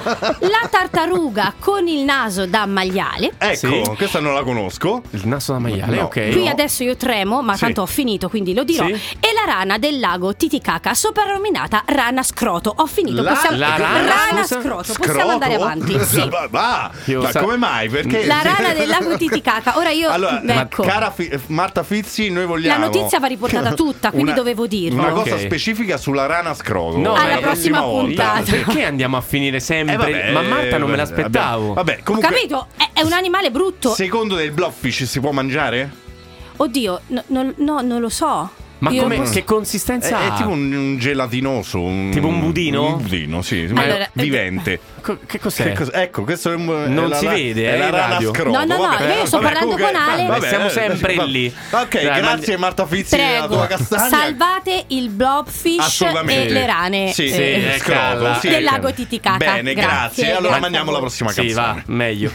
La tartaruga con il naso da maiale. Ecco, Sì. questa non la conosco. Il naso da maiale, No. ok. Qui adesso io tremo, ma Sì. tanto ho finito, quindi lo dirò. Sì. E la rana del lago Titicaca, soprannominata rana scroto. Ho finito. La- possiamo... la rana, scusa? scroto. Possiamo andare avanti. Sì. Ma, ma- Io ma sa- come mai? Perché La rana del lago Titicaca. Ora io Allora, ecco. cara Fi- Marta Fizzi, noi La vogliamo. notizia va riportata tutta, quindi Una- dovevo dirlo. Una cosa Ok. specifica sulla rana scroto. No, Alla eh, prossima volta. puntata. Perché andiamo a finire sempre? Eh, vabbè, Ma Marta non me vabbè, l'aspettavo. Vabbè, Ho comunque. capito? È, è un animale brutto. Secondo del blobfish si può mangiare? Oddio, no, no, no, non lo so. Ma Io come, non posso- che consistenza È, ha? è tipo un, un gelatinoso. un- Tipo un budino? Un budino, sì. Allora, ma è vivente. Co- che cos'è? Che cos- ecco, questo è un. Non è la- si la- vede, è eh, la in rana radio. scroto. No, no, no, vabbè, io sto vabbè, parlando comunque- con Ale. vabbè, Siamo eh, sempre va- lì. Ok, Dai, grazie mandi- Marta Fizzi della Prego, tua castagna. salvate il blobfish Assolutamente. e le rane Sì, eh, sì, eccola. scroto, sì. del lago Titicaca. Bene, grazie. Allora grazie mandiamo a la voi. prossima Sì, va, canzone. meglio.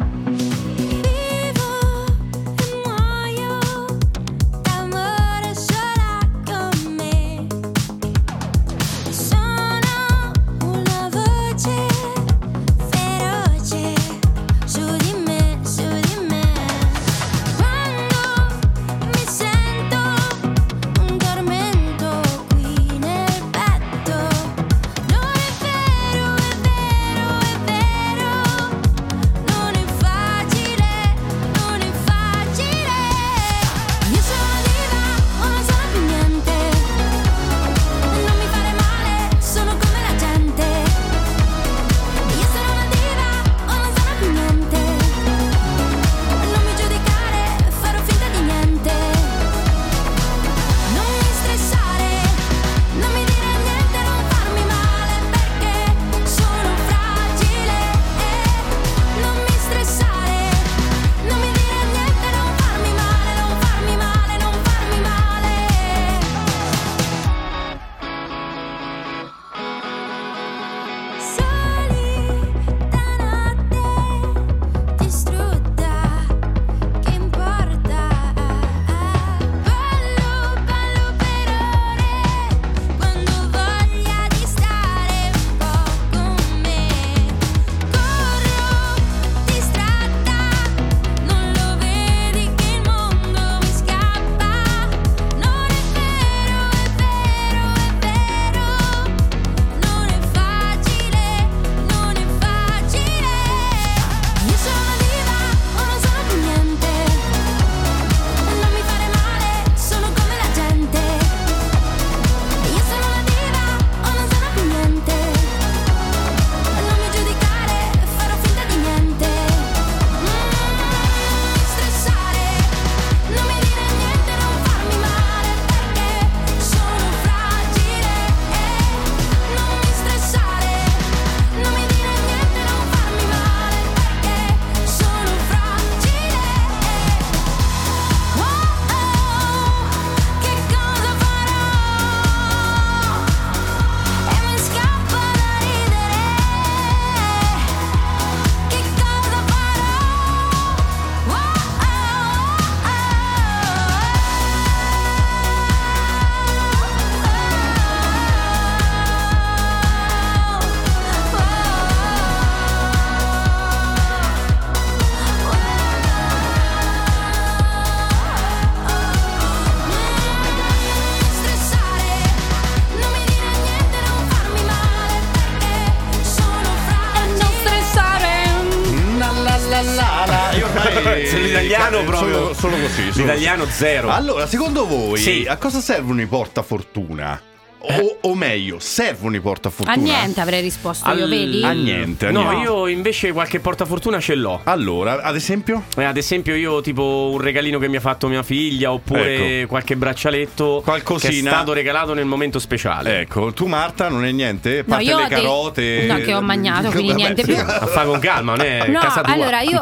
Vivo e muoio d'amore sola con me. Sono una voce feroce su di me, su di me. Quando mi sento un tormento qui nel petto, non è vero, è vero, è vero. Non è io ormai Se l'italiano eh, proprio solo, solo così. Solo l'italiano così. zero. Allora, secondo voi Sì. a cosa servono i portafortuna? O, o meglio, servono i portafortuna? A niente avrei risposto io, Al- vedi? A niente, a No, niente. io invece qualche portafortuna ce l'ho. Allora, ad esempio? Eh, ad esempio io tipo un regalino che mi ha fatto mia figlia, oppure Ecco. qualche braccialetto Qualcosina. che è stato regalato nel momento speciale. Ecco, tu Marta non è niente? A No, parte io le ho dei- carote. no, che ho mangiato, quindi Vabbè, niente sì. più. A fare con calma, non è No, casa tua. allora io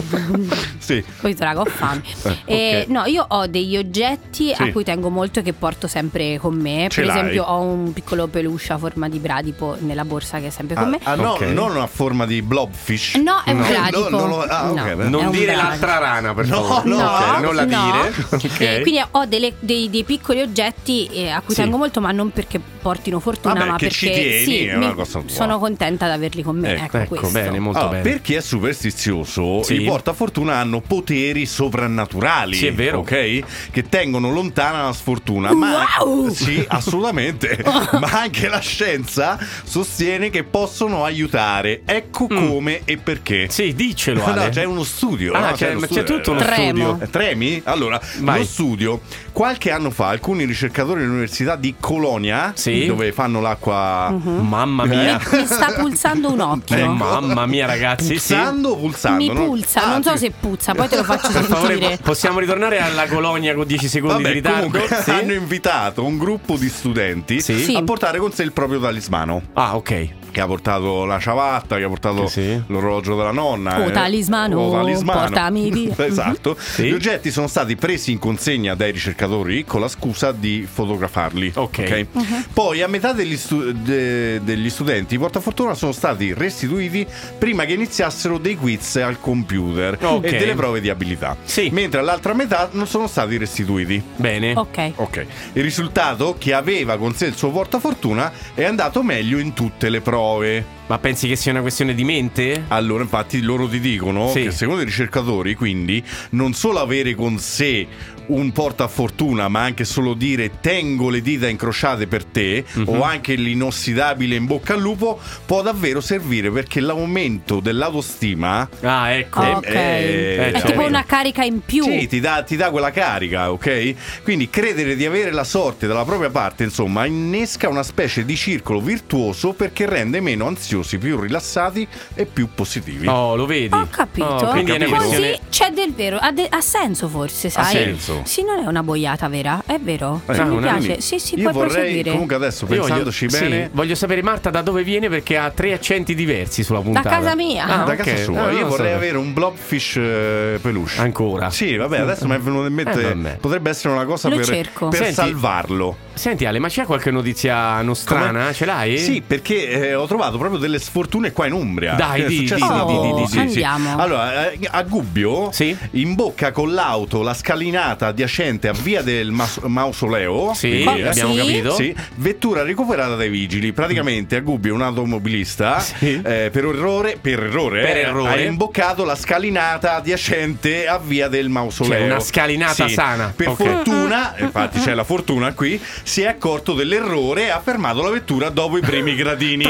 Sì. poi raga, ho fame. Eh, Eh, ok. No, io ho degli oggetti Sì. a cui tengo molto e che porto sempre con me. Ce Per l'hai? esempio, ho un piccolo peluche a forma di bradipo nella borsa che è sempre con Ah, me. ah, no, Ok. non a forma di blobfish. No, è un No, bradipo. no, non lo- ah, ok, No, beh. è Non un dire bradipo. l'altra rana, per No, favore. no, Ok, non la no. dire. Ok. Eh, quindi ho delle- dei, dei piccoli oggetti eh, a cui Sì. tengo molto, ma non perché portino fortuna, Vabbè, ma che perché ci tieni, sì, è una mi- cosa tua. sono contenta di averli con me. Ecco, Ecco, Ecco, questo. bene, molto Allora, bene. per chi è superstizioso, Sì. i portafortuna hanno poteri soprannaturali. Sì, è vero. Ok? Che tengono lontana la sfortuna. Ma Wow! sì, assolutamente. Ma anche la scienza sostiene che possono aiutare. Ecco come e perché. Sì, diccelo, No, Ale. c'è uno studio. Ah, no? c'è- uno ma studio. c'è tutto uno Tremo. studio. Eh, Tremi? Allora, Vai. uno studio. Qualche anno fa alcuni ricercatori dell'Università di Colonia, Sì. dove fanno l'acqua Mamma Mi, mia. mi sta pulsando un occhio. Eh, mamma mia, ragazzi. sì. pulsando o pulsando? Mi no? pulsa, Ah, non so sì. se puzza, poi te lo faccio Per favore, sentire. po- possiamo ritornare alla colonia con dieci secondi Vabbè, di ritardo? comunque Sì? hanno invitato un gruppo di studenti Sì. Sì. a portare con sé il proprio talismano. Ah, ok. Che ha portato la ciabatta, che ha portato Sì. l'orologio della nonna. Oh, eh. talismano, Oh, talismano. portami via. Esatto. Sì. Gli oggetti sono stati presi in consegna dai ricercatori con la scusa di fotografarli. Ok. Poi a metà degli, stu- de- degli studenti i portafortuna sono stati restituiti prima che iniziassero dei quiz al computer Ok. e delle prove di abilità. Sì. Mentre all'altra metà non sono stati restituiti. Bene. Ok. Ok, il risultato chi aveva con sé il suo portafortuna è andato meglio in tutte le prove. Ma pensi che sia una questione di mente? Allora, infatti, loro ti dicono Sì. che secondo i ricercatori, quindi, non solo avere con sé un portafortuna, ma anche solo dire tengo le dita incrociate per te, Mhm. o anche l'inossidabile in bocca al lupo, può davvero servire perché l'aumento dell'autostima Ah, ecco. Eh, Ok. eh, È cioè, tipo vero. una carica in più. Sì, ti dà, ti dà quella carica, ok? Quindi credere di avere la sorte dalla propria parte, insomma, innesca una specie di circolo virtuoso perché rende meno ansiosi, più rilassati e più positivi. Oh, lo vedi? Ho capito. Oh, quindi è una Capito. Così questione... c'è del vero. Ha, de- ha senso forse, sai? senso. Sì, non è una boiata vera, è vero. Eh, Sì, mi una- piace. Sì, sì, Io puoi vorrei, proseguire. comunque adesso, Io pensandoci voglio, bene, sì, voglio sapere Marta da dove viene perché ha tre accenti diversi sulla puntata. casa mia. Ah, da ok. casa sua, Ah, io non vorrei so. avere un blobfish eh, peluche. Ancora? Sì, vabbè, adesso mi è venuto in mente. Eh, vabbè. potrebbe essere una cosa Lo per, cerco. per Senti, salvarlo. Senti Ale, ma c'è qualche notizia nostrana? Come? Ce l'hai? Sì, perché eh, ho trovato proprio delle sfortune qua in Umbria. Dai, Che è di- successo di- da di- poco. di- di- Sì, sì. andiamo. Allora, eh, a Gubbio, Sì. in bocca con l'auto la scalinata adiacente a via del Mas- Mausoleo. Sì, quindi, eh, abbiamo Sì? capito. Sì, vettura recuperata dai vigili. Praticamente a Gubbio un automobilista Sì. eh, per errore, per errore, Per eh, errore. ha imboccato la scalinata adiacente a via del Mausoleo. Cioè, una scalinata Sì. sana. Per Ok. fortuna, infatti c'è la fortuna qui, si è accorto dell'errore e ha fermato la vettura dopo i primi gradini.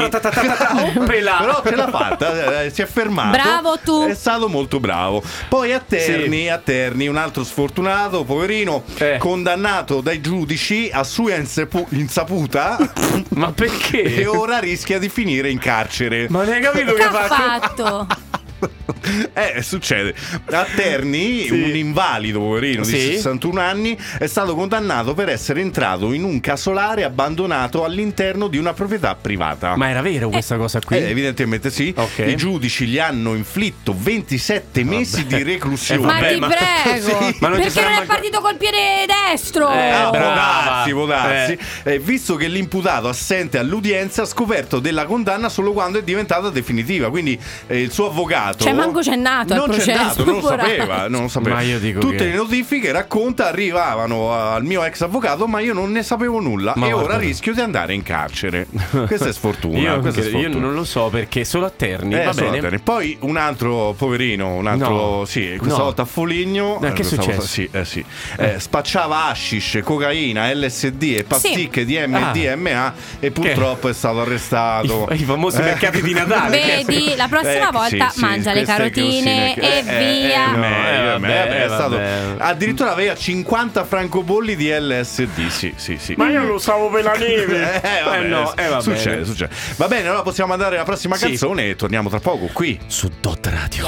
Oppela. Però ce l'ha fatta, eh, si è fermato. Bravo tu. È stato molto bravo. Poi a Terni, Sì. a Terni, un altro sfortunato, poverino, Eh. condannato dai giudici a sua insapu- insaputa Ma perché? e ora rischia di finire in carcere. Ma ne hai capito Che che ha faccio? fatto? Eh, succede. A Terni, Sì. un invalido, poverino, di Sì. sessantuno anni, è stato condannato per essere entrato in un casolare abbandonato all'interno di una proprietà privata. Ma era vero questa cosa qui? Eh, evidentemente sì. Ok. I giudici gli hanno inflitto ventisette mesi di reclusione. Eh, Ma vabbè, ti ma- prego. Sì. Ma non ci Perché sarà non è manca- partito col piede destro? Eh, Ah, può brava. darsi, può darsi. Eh. Eh, visto che l'imputato assente all'udienza ha scoperto della condanna solo quando è diventata definitiva. Quindi eh, il suo avvocato. Cioè, manco c'è nato al non c'è processo, nato, non lo poraccio. sapeva, non lo sapeva. Ma io dico Tutte che- le notifiche, racconta, arrivavano al mio ex avvocato, ma io non ne sapevo nulla. Ma e guarda ora te. rischio di andare in carcere. Questa è sfortuna. Io, questa è io sfortuna. non lo so perché solo a Terni. Eh, va solo bene. a Terni. Poi un altro poverino, un altro, No. sì, questa No. volta a Foligno. Eh, che è questa volta- successo? sì, eh, sì. Eh, spacciava hashish, cocaina, L S D e pasticche di M Ah. D M A e purtroppo è stato arrestato. I, i famosi Eh. mercati di Natale. Vedi, la prossima Eh, volta sì, sì, mangi mangia le Queste carotine cosine e che- eh, via. eh, meglio, eh, vabbè, meglio, è stato- vabbè. addirittura aveva cinquanta francobolli di L S D. Sì, sì, sì. Ma io lo usavo per la neve. Eh, vabbè, Eh, no, eh, va succede, bene. succede. Va bene, allora possiamo andare alla prossima Sì. canzone e torniamo tra poco qui su Dot Radio.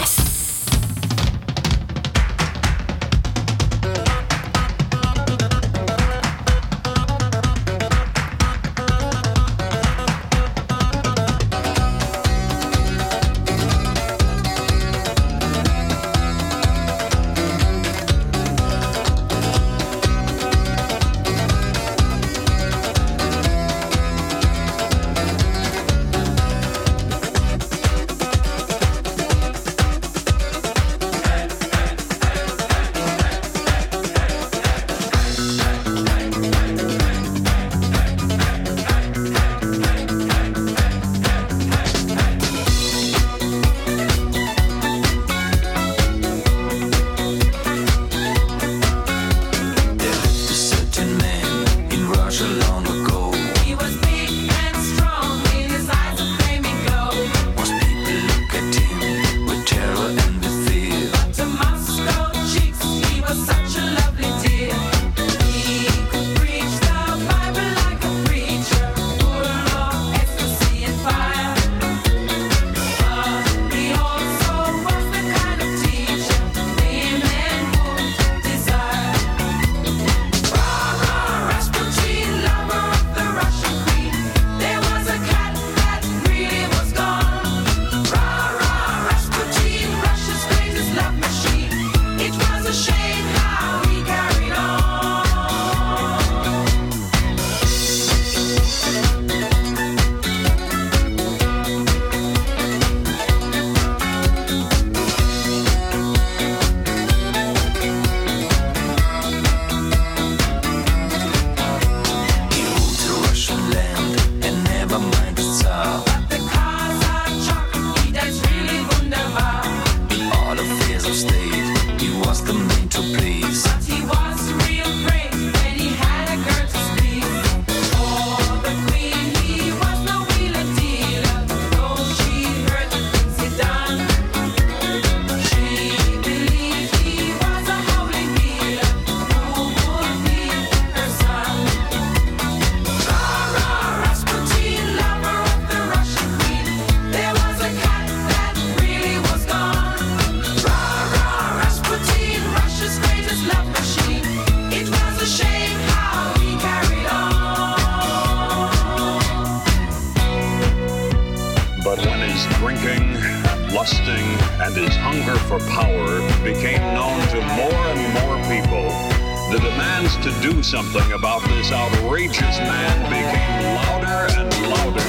lusting, and his hunger for power became known to more and more people, the demands to do something about this outrageous man became louder and louder.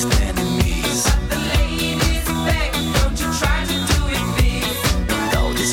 Without his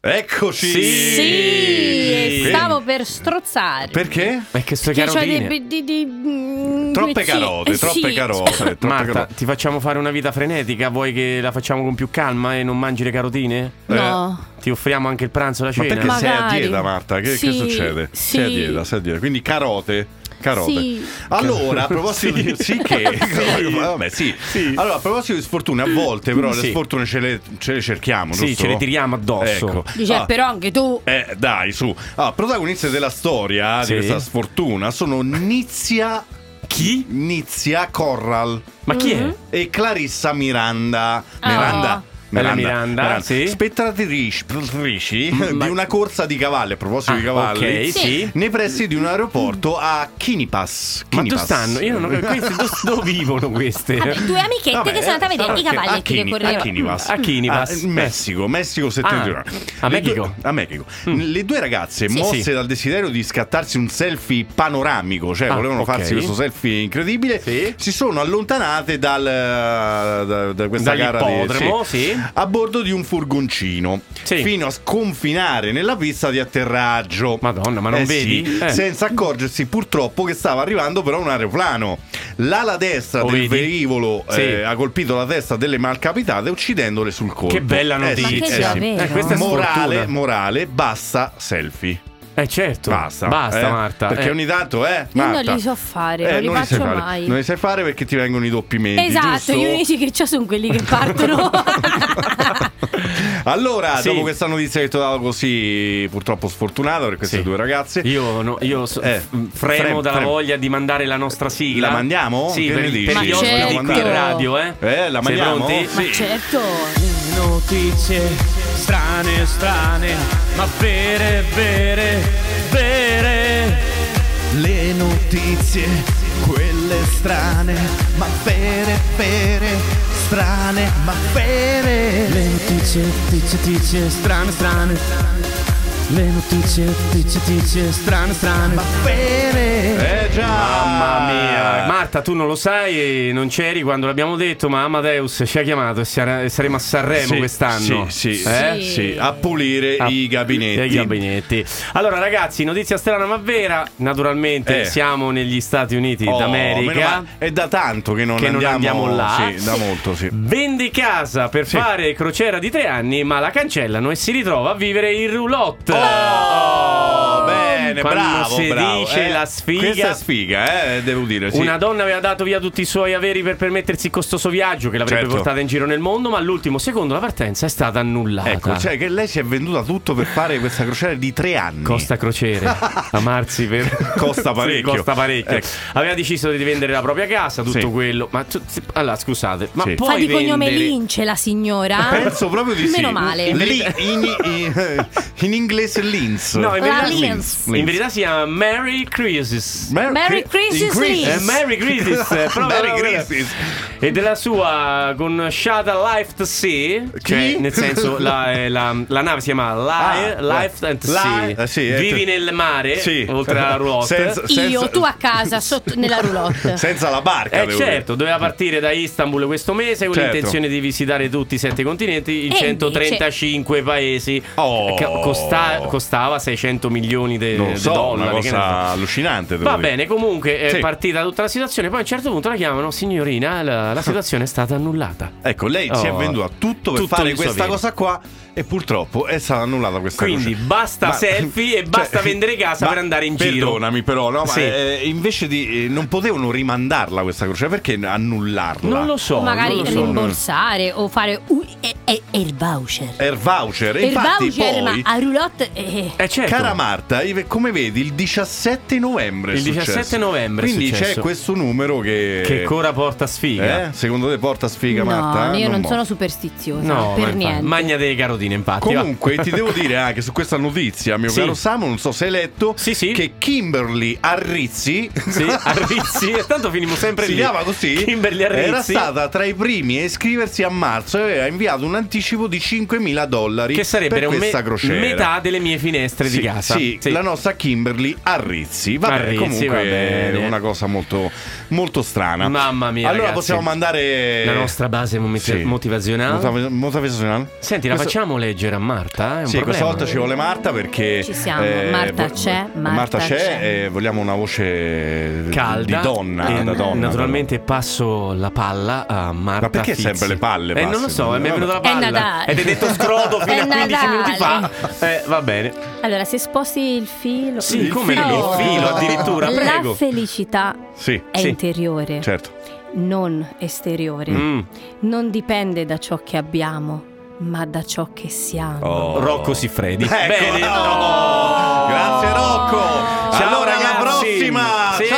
Eccoci. Sì, stavo per strozzare. Perché? Perché sto Che c'ho carotine. dei, di, di, mm, Troppe come si- carote, eh, troppe sì. carote. Troppe Marta, carote. ti facciamo fare una vita frenetica? Vuoi che la facciamo con più calma e non mangi le carotine? No. Ti offriamo anche il pranzo e la Ma cena? perché sei a Magari. dieta, Marta? Che, Sì, che succede? sì. Sei a dieta, sei a dieta. Quindi carote. Carote. Sì. Allora, a proposito di. Sì, che. Vabbè, sì. Sì. Allora, a proposito di sfortune, a volte però Sì. le sfortune ce le, ce le cerchiamo, Sì, giusto? ce le tiriamo addosso. Ecco. Dice, Ah, però anche tu. Eh, dai, su. Ah, protagoniste della storia Sì. di questa sfortuna sono Nizia. Chi? Nizia Corral Ma chi Mm-hmm. è? e Clarissa Miranda. Oh. Miranda. Bella Miranda, sì. Spettatrici ma- di una corsa di cavalli, a proposito Ah, di cavalli, ok, sì. nei pressi di un aeroporto a Kinipas. Ma dove Kinipas. stanno? Io non ho queste, dove, dove vivono queste? Vabbè, due amichette Vabbè, che sono andate a vedere sarà i che- cavalletti a che Kini- correvano. A Kinipas. A Kinipas. Ah, in Messico, Messico settentrionale. Ah, a Le Mexico. due- a Mexico. Le due ragazze, Sì, mosse sì. dal desiderio di scattarsi un selfie panoramico, cioè Ah, volevano ok. farsi questo selfie incredibile, Sì. si sono allontanate dal, da, da questa gara di, Dall'ippodromo, sì. a bordo di un furgoncino, Sì. fino a sconfinare nella pista di atterraggio. Madonna, ma non Eh vedi? sì, Eh. senza accorgersi purtroppo che stava arrivando però un aeroplano. L'ala destra Lo del vedi? velivolo Sì. eh, ha colpito la testa delle malcapitate uccidendole sul colpo. Che bella Eh sì, notizia. Ma che eh sì. davvero? Eh, questa è Morale, sfortuna. morale, basta selfie. Eh certo. Basta. Basta, eh? Marta. Perché eh. ogni tanto, eh. Io non Marta. li so fare, Eh, non li non faccio sai fare. mai. Non li sai fare perché ti vengono i doppi menti. Esatto, giusto? gli unici che c'ho sono quelli che partono. Allora, Sì. dopo questa notizia che ti ho dato così purtroppo sfortunata per queste Sì. due ragazze, Io, no, io so- Eh, f- fremo fremo, dalla fremo. voglia di mandare la nostra sigla. La mandiamo? Sì, Che per, ne i- dici? per gli Ma ospiti certo. qui in radio, eh? Eh, la Sei mandiamo? pronti? Sì. Ma certo. Notizie strane, strane, ma vere, vere, vere. Le notizie, quelle strane, ma vere, vere, strane, ma vere. Le notizie, notizie, notizie, strane, strane. Le notizie, notizie, notizie, strane, strane, ma vere. Eh già. Mamma mia, Marta, tu non lo sai e non c'eri quando l'abbiamo detto, ma Amadeus ci ha chiamato e sare- saremo a Sanremo Sì, quest'anno. Sì, sì, Eh? sì, a pulire Ah, i gabinetti. I gabinetti. Allora, ragazzi, notizia strana ma vera. Naturalmente Eh. siamo negli Stati Uniti Oh, d'America. meno male. È da tanto che non, Che non andiamo, andiamo là. Sì, da molto, sì. Vende casa per Sì. fare crociera di tre anni, ma la cancellano e si ritrova a vivere in roulotte. Oh, bene, Quando bravo, si bravo. dice eh. la sfiga. Questa è sfiga, eh, devo dire, sì. Una donna aveva dato via tutti i suoi averi per permettersi il costoso viaggio che l'avrebbe Certo. portata in giro nel mondo, ma all'ultimo secondo la partenza è stata annullata. Ecco, cioè che lei si è venduta tutto per fare questa crociera di tre anni. Costa crociere, amarsi per... Costa parecchio. Sì, costa parecchio. Ecco. Aveva deciso di vendere la propria casa, tutto Sì. quello. Ma tu- allora, scusate, ma Sì. puoi Fa di cognome vendere... Lince la signora? Penso proprio di sì. Meno male. Lì, in, in- in inglese Linz. No, in La verità, Linz. in verità si chiama Mary Crisis. Merry Christmas, Linz. Eh, Mary Crisis, eh, proprio Mary quella. Crisis. E della sua conosciata Life to Sea, cioè nel senso la, eh, la, la nave si chiama Li- Ah, Life and la- Sea. eh, sì, eh, Vivi te- nel mare, Sì. oltre alla roulotte. Senza- Io, senza- tu a casa, sotto, nella roulotte. Senza la barca, Eh devo certo, doveva partire da Istanbul questo mese con Certo. l'intenzione di visitare tutti i sette continenti in E centotrentacinque paesi. Oh. Che costa- costava seicento milioni di dire. Non so, dollari. una che ne cosa so. allucinante. devo Va dire. bene, comunque è Sì. partita tutta la situazione. Poi a un certo punto la chiamano signorina, la, la situazione è stata annullata. Ecco, lei si è Oh. venduta tutto per Tutto fare il suo questa avere. cosa qua e purtroppo è stata annullata questa Quindi crociera. basta Ma- selfie e basta cioè, vendere casa ma per andare in giro. Perdonami però, no, ma Sì. eh, invece di eh, non potevano rimandarla questa crociera, perché annullarla? Non lo so. O magari non lo so. rimborsare o fare un e, e, Air voucher. Air voucher. E Air infatti voucher, poi, ma a roulotte eh, Eh certo. cara Marta, io- come vedi il diciassette novembre è Il successo. diciassette novembre è Quindi successo. c'è questo numero che Che ancora porta sfiga. eh? Secondo te porta sfiga, Marta? no, io non mo- sono superstiziosa No, per ma infatti, niente. magna delle carotine, infatti. va. Comunque ti devo dire anche su questa notizia, mio Sì. caro Samu, non so se hai letto, Sì, sì. che Kimberly Arrizzi Sì, Arrizzi. E tanto finimo sempre si lì. chiama così, Kimberly Arrizzi. era stata tra i primi a iscriversi a marzo e aveva inviato inviato un anticipo di cinquemila dollari che sarebbe per un questa me- crociera. metà delle mie finestre sì, di casa. Sì, sì, la nostra Kimberly Arrizzi. Vabbè, Arrizzi, comunque va bene. è una cosa molto, molto strana. Mamma mia, allora ragazzi, possiamo mandare la nostra base moti- Sì. motivazionale. Motiv- motivazionale. Senti, la Questo- facciamo leggere a Marta? È un Sì, questa problema. volta ci vuole Marta perché Ci siamo, Marta c'è, Marta c'è, c'è. e vogliamo una voce calda di donna, e da donna. naturalmente passo la palla a Marta. Ma perché Fizzi. sempre le palle Eh, non passi? lo so, mi è venuta la È palla Natale. ed hai detto scroto fino È a quindici minuti fa. Natale. Eh, va bene. Allora, se sposti il filo. Sì, come no? Il filo addirittura, La prego. felicità Sì, è Sì. interiore, certo. non esteriore. Mm. Non dipende da ciò che abbiamo, ma da ciò che siamo. Oh. Rocco Siffredi. Ecco, Bene. no. Grazie Rocco. Ciao, allora ragazzi. alla prossima. Sì.